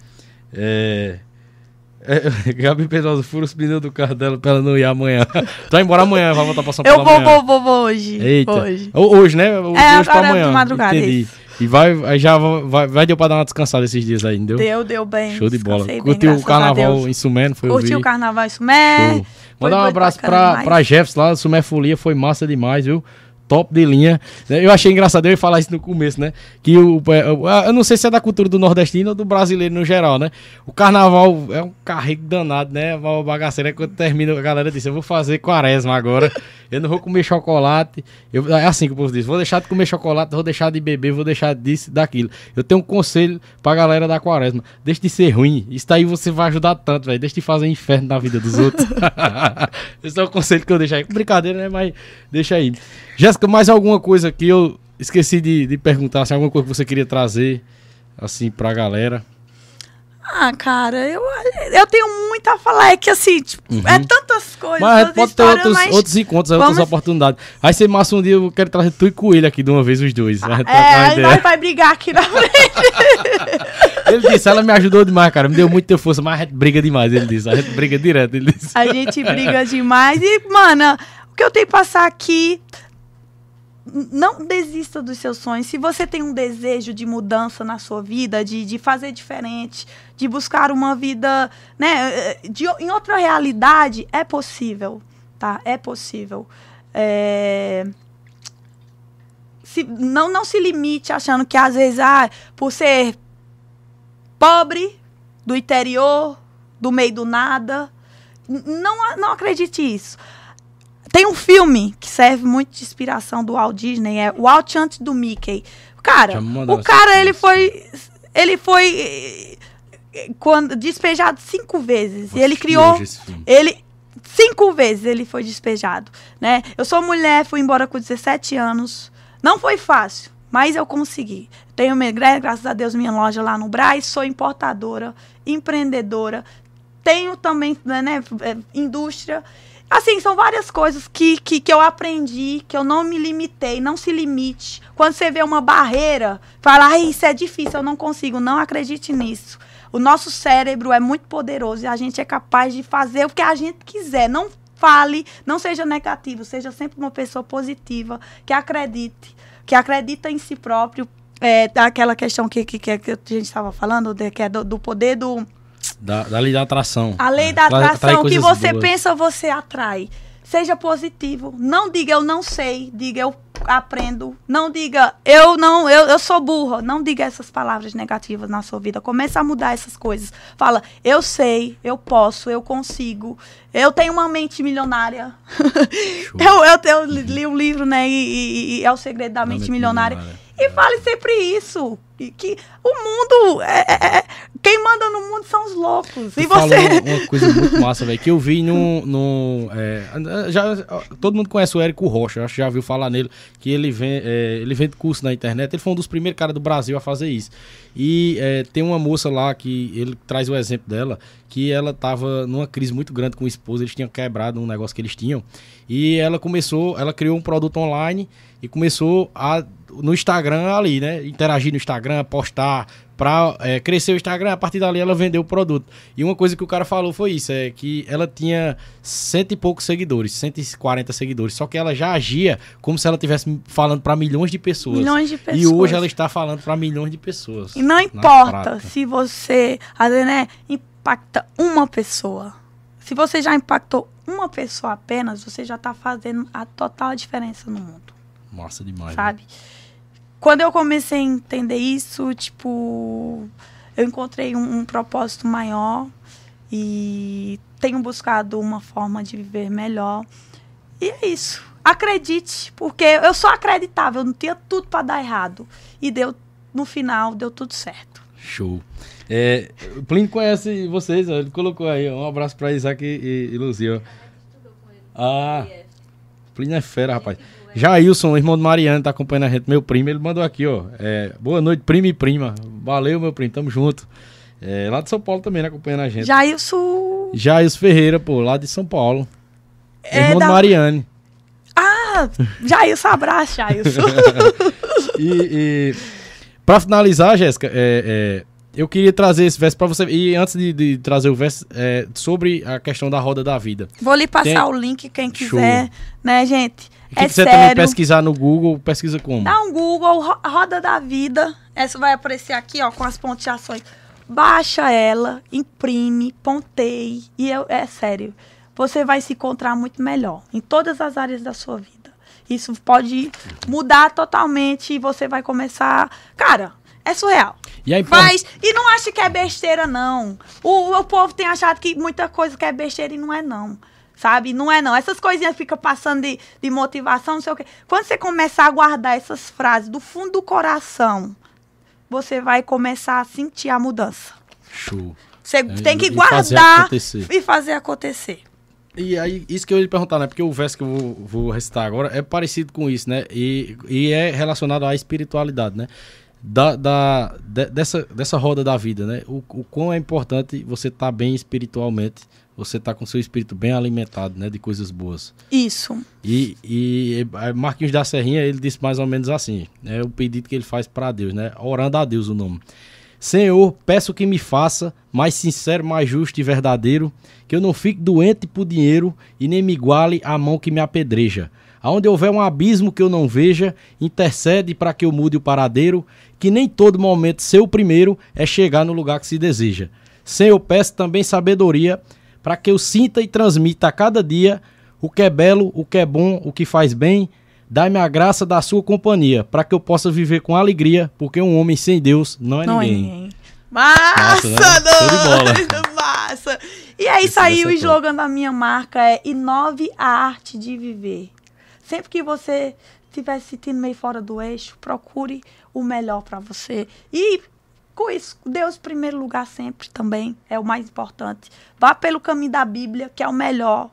Gabi Pedrosa, fura os pneus do carro dela pra ela não ir amanhã. Tu vai embora amanhã, vai voltar pra São Paulo amanhã. Eu vou hoje. Eita. Hoje. Hoje, né? Hoje pra amanhã. De madrugada. Entendi. E vai deu pra dar uma descansada esses dias aí, entendeu? Deu bem. Show de bola. Bem, Curtiu o carnaval em Sumé, não foi? Curtiu o carnaval em Sumé. Show. Mandar um abraço pra Jefferson lá do Sumé Folia, foi massa demais, viu? Top de linha. Eu achei engraçado eu falar isso no começo, né? Que eu não sei se é da cultura do nordestino ou do brasileiro no geral, né? O carnaval é um carrego danado, né? Uma bagaceira. Quando termina, a galera disse: eu vou fazer quaresma agora. Eu não vou comer chocolate. É assim que o povo diz: vou deixar de comer chocolate, vou deixar de beber, vou deixar disso, daquilo. Eu tenho um conselho pra galera da quaresma: deixa de ser ruim. Isso daí você vai ajudar tanto, velho. Deixa de fazer inferno na vida dos outros. Esse é o conselho que eu deixo aí. Brincadeira, né? Mas deixa aí. Jéssica, mais alguma coisa que eu esqueci de perguntar? Se alguma coisa que você queria trazer, assim, pra galera? Ah, cara, eu tenho muito a falar. É que, assim, tipo, é tantas coisas. Mas pode ter outros encontros, outras oportunidades. Aí você massa um dia, eu quero trazer tu e Coelho aqui de uma vez, os dois. Aí nós vai brigar aqui na frente. Ele disse, ela me ajudou demais, cara. Me deu muita força, mas a gente briga demais, ele disse. A gente briga direto, ele disse. A gente briga demais. E, mano, o que eu tenho que passar aqui... Não desista dos seus sonhos. Se você tem um desejo de mudança na sua vida, de fazer diferente, de buscar uma vida, né, em outra realidade, é possível, tá? É possível. Não se limite achando que, às vezes, por ser pobre, do interior, do meio do nada, não acredite nisso. Tem um filme que serve muito de inspiração do Walt Disney, é O Walt Antes do Mickey. Cara, ele foi despejado 5 vezes. Nossa, e ele criou... 5 vezes ele foi despejado, né? Eu sou mulher, fui embora com 17 anos. Não foi fácil, mas eu consegui. Tenho, graças a Deus, minha loja lá no Brás. Sou importadora, empreendedora. Tenho também, né, indústria... Assim, são várias coisas que eu aprendi, que eu não me limitei, não se limite. Quando você vê uma barreira, fala, isso é difícil, eu não consigo. Não acredite nisso. O nosso cérebro é muito poderoso e a gente é capaz de fazer o que a gente quiser. Não fale, não seja negativo, seja sempre uma pessoa positiva, que acredita em si próprio. Aquela questão que a gente estava falando, que é do poder do... Da lei da atração. A lei da atração, que você pensa, você atrai. Seja positivo. Não diga eu não sei, diga eu aprendo. Não diga eu sou burra. Não diga essas palavras negativas na sua vida. Comece a mudar essas coisas. Fala, eu sei, eu posso, eu consigo. Eu tenho uma mente milionária. eu li um livro, né? E é o segredo da mente milionária. E fale sempre isso. Que o mundo quem manda no mundo são os loucos. E você... falou uma coisa muito massa, velho, que eu vi todo mundo conhece o Érico Rocha, acho que já viu falar nele, que ele vende curso na internet. Ele foi um dos primeiros caras do Brasil a fazer isso. E tem uma moça lá que ele traz o exemplo dela, que ela tava numa crise muito grande com o esposo. Eles tinham quebrado um negócio que eles tinham. E ela criou um produto online e começou no Instagram ali, né? Interagir no Instagram, postar pra crescer o Instagram. A partir dali ela vendeu o produto. E uma coisa que o cara falou foi isso, que ela tinha 100 e poucos seguidores, 140 seguidores. Só que ela já agia como se ela estivesse falando para milhões de pessoas. Milhões de pessoas. E hoje ela está falando para milhões de pessoas. E não importa se você, né, impacta uma pessoa. Se você já impactou uma pessoa apenas, você já está fazendo a total diferença no mundo. Massa demais. Sabe? Né? Quando eu comecei a entender isso, eu encontrei um propósito maior e tenho buscado uma forma de viver melhor. E é isso. Acredite, porque eu só acreditava, eu não tinha tudo para dar errado. E no final, deu tudo certo. Show. O Plínio conhece vocês, ó, ele colocou aí, um abraço para Isaac e Luzia. Plínio é fera, rapaz. Jailson, irmão do Mariano, tá acompanhando a gente, meu primo, ele mandou aqui, ó. Boa noite, primo e prima. Valeu, meu primo, tamo junto. Lá de São Paulo também, né, acompanhando a gente. Jailson Ferreira, pô, lá de São Paulo. Irmão de Mariane. Ah, Jailson, abraço, Jailson. E pra finalizar, Jéssica, eu queria trazer esse verso pra você. E antes de trazer o verso, sobre a questão da roda da vida. Vou lhe passar o link, quem quiser, Show. Né, gente? Quem quiser também pesquisar no Google, pesquisa como? Dá um Google, Roda da Vida. Essa vai aparecer aqui, ó, com as pontuações. Baixa ela, imprime, ponteie. E é sério, você vai se encontrar muito melhor em todas as áreas da sua vida. Isso pode mudar totalmente e você vai começar... Cara, é surreal. E não acha que é besteira, não. O povo tem achado que muita coisa que é besteira e não é, não. Sabe? Não é, não. Essas coisinhas ficam passando de motivação, não sei o quê. Quando você começar a guardar essas frases do fundo do coração, você vai começar a sentir a mudança. Show. Você tem que guardar e fazer acontecer. E aí, isso que eu ia lhe perguntar, né? Porque o verso que eu vou recitar agora é parecido com isso, né? E é relacionado à espiritualidade, né? Dessa roda da vida, né? O quão é importante você estar bem espiritualmente, você estar com seu espírito bem alimentado, né? De coisas boas. Isso. E Marquinhos da Serrinha, ele disse mais ou menos assim, né? O pedido que ele faz para Deus, né? Orando a Deus o nome. Senhor, peço que me faça mais sincero, mais justo e verdadeiro, que eu não fique doente por dinheiro e nem me iguale a mão que me apedreja. Aonde houver um abismo que eu não veja, intercede para que eu mude o paradeiro, que nem todo momento ser o primeiro é chegar no lugar que se deseja. Senhor, peço também sabedoria para que eu sinta e transmita a cada dia o que é belo, o que é bom, o que faz bem. Dai-me a graça da sua companhia, para que eu possa viver com alegria, porque um homem sem Deus não é ninguém. Massa, né? Show de bola. Massa! E é isso aí, o slogan da minha marca é Inove a Arte de Viver. Sempre que você estiver se sentindo meio fora do eixo, procure o melhor para você. E com isso, Deus em primeiro lugar sempre também é o mais importante. Vá pelo caminho da Bíblia, que é o melhor,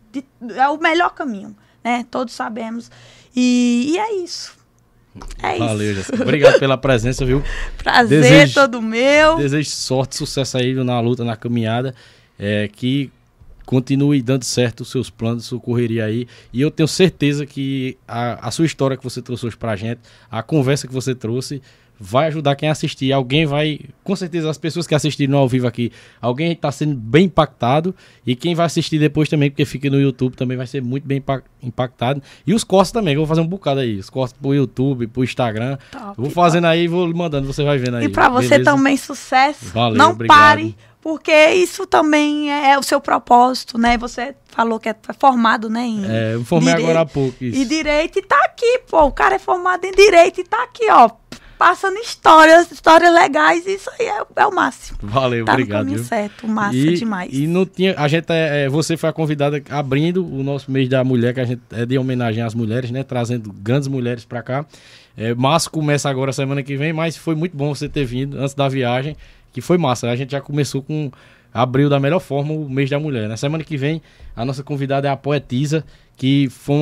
é o melhor caminho, né? Todos sabemos. E é isso. Valeu, Jéssica. Obrigado pela presença, viu? Prazer todo meu. Desejo sorte, sucesso aí na luta, na caminhada. Que continue dando certo os seus planos, sua correria aí. E eu tenho certeza que a sua história que você trouxe hoje pra gente, a conversa que você trouxe, vai ajudar quem assistir. Alguém vai, com certeza as pessoas que assistiram ao vivo aqui, alguém está sendo bem impactado, e quem vai assistir depois também, porque fica no YouTube, também vai ser muito bem impactado. E os cortes também, eu vou fazer um bocado aí, os cortes pro YouTube, pro Instagram. Top, vou fazendo aí, vou mandando, você vai vendo aí. E pra você beleza? Também sucesso. Valeu, não obrigado. Pare, porque isso também é o seu propósito, né? Você falou que é formado, né? Eu formei agora há pouco. Isso. E direito, e tá aqui, pô. O cara é formado em direito e tá aqui, ó. Passando histórias legais, isso aí é o máximo. Valeu, tá obrigado. No caminho certo, massa demais. E não tinha, a gente, você foi a convidada abrindo o nosso mês da mulher, que a gente é de homenagem às mulheres, né? Trazendo grandes mulheres pra cá. Março começa agora semana que vem, mas foi muito bom você ter vindo antes da viagem, que foi massa. A gente já começou com abril da melhor forma o mês da mulher. Na semana que vem, a nossa convidada é a Poetisa, que foi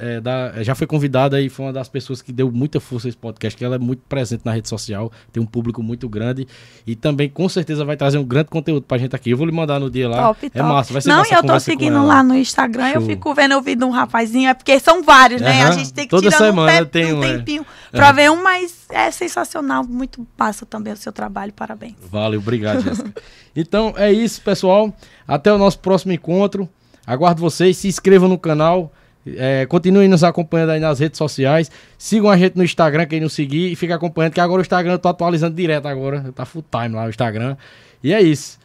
já foi convidada e foi uma das pessoas que deu muita força a esse podcast, que ela é muito presente na rede social, tem um público muito grande e também com certeza vai trazer um grande conteúdo pra gente aqui. Eu vou lhe mandar no dia lá. Top. Massa, vai ser massa. Não, eu tô seguindo lá no Instagram. Show. Eu fico vendo o vídeo de um rapazinho, porque são vários, né? A gente tem que toda tirar semana um tempinho pra ver um, mas é sensacional, muito massa também o seu trabalho, parabéns. Valeu, obrigado, Jéssica. Então é isso, pessoal. Até o nosso próximo encontro. Aguardo vocês, se inscrevam no canal, continuem nos acompanhando aí nas redes sociais, sigam a gente no Instagram, quem não seguir, e fica acompanhando, que agora o Instagram eu tô atualizando direto agora, tá full time lá o Instagram. E é isso.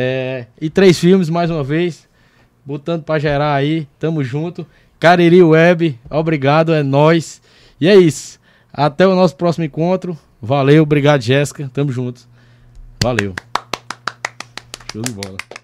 E 3 filmes, mais uma vez, botando pra gerar aí, tamo junto. Cariri Web, obrigado, é nóis. E é isso. Até o nosso próximo encontro. Valeu, obrigado, Jéssica, tamo junto. Valeu. Show de bola.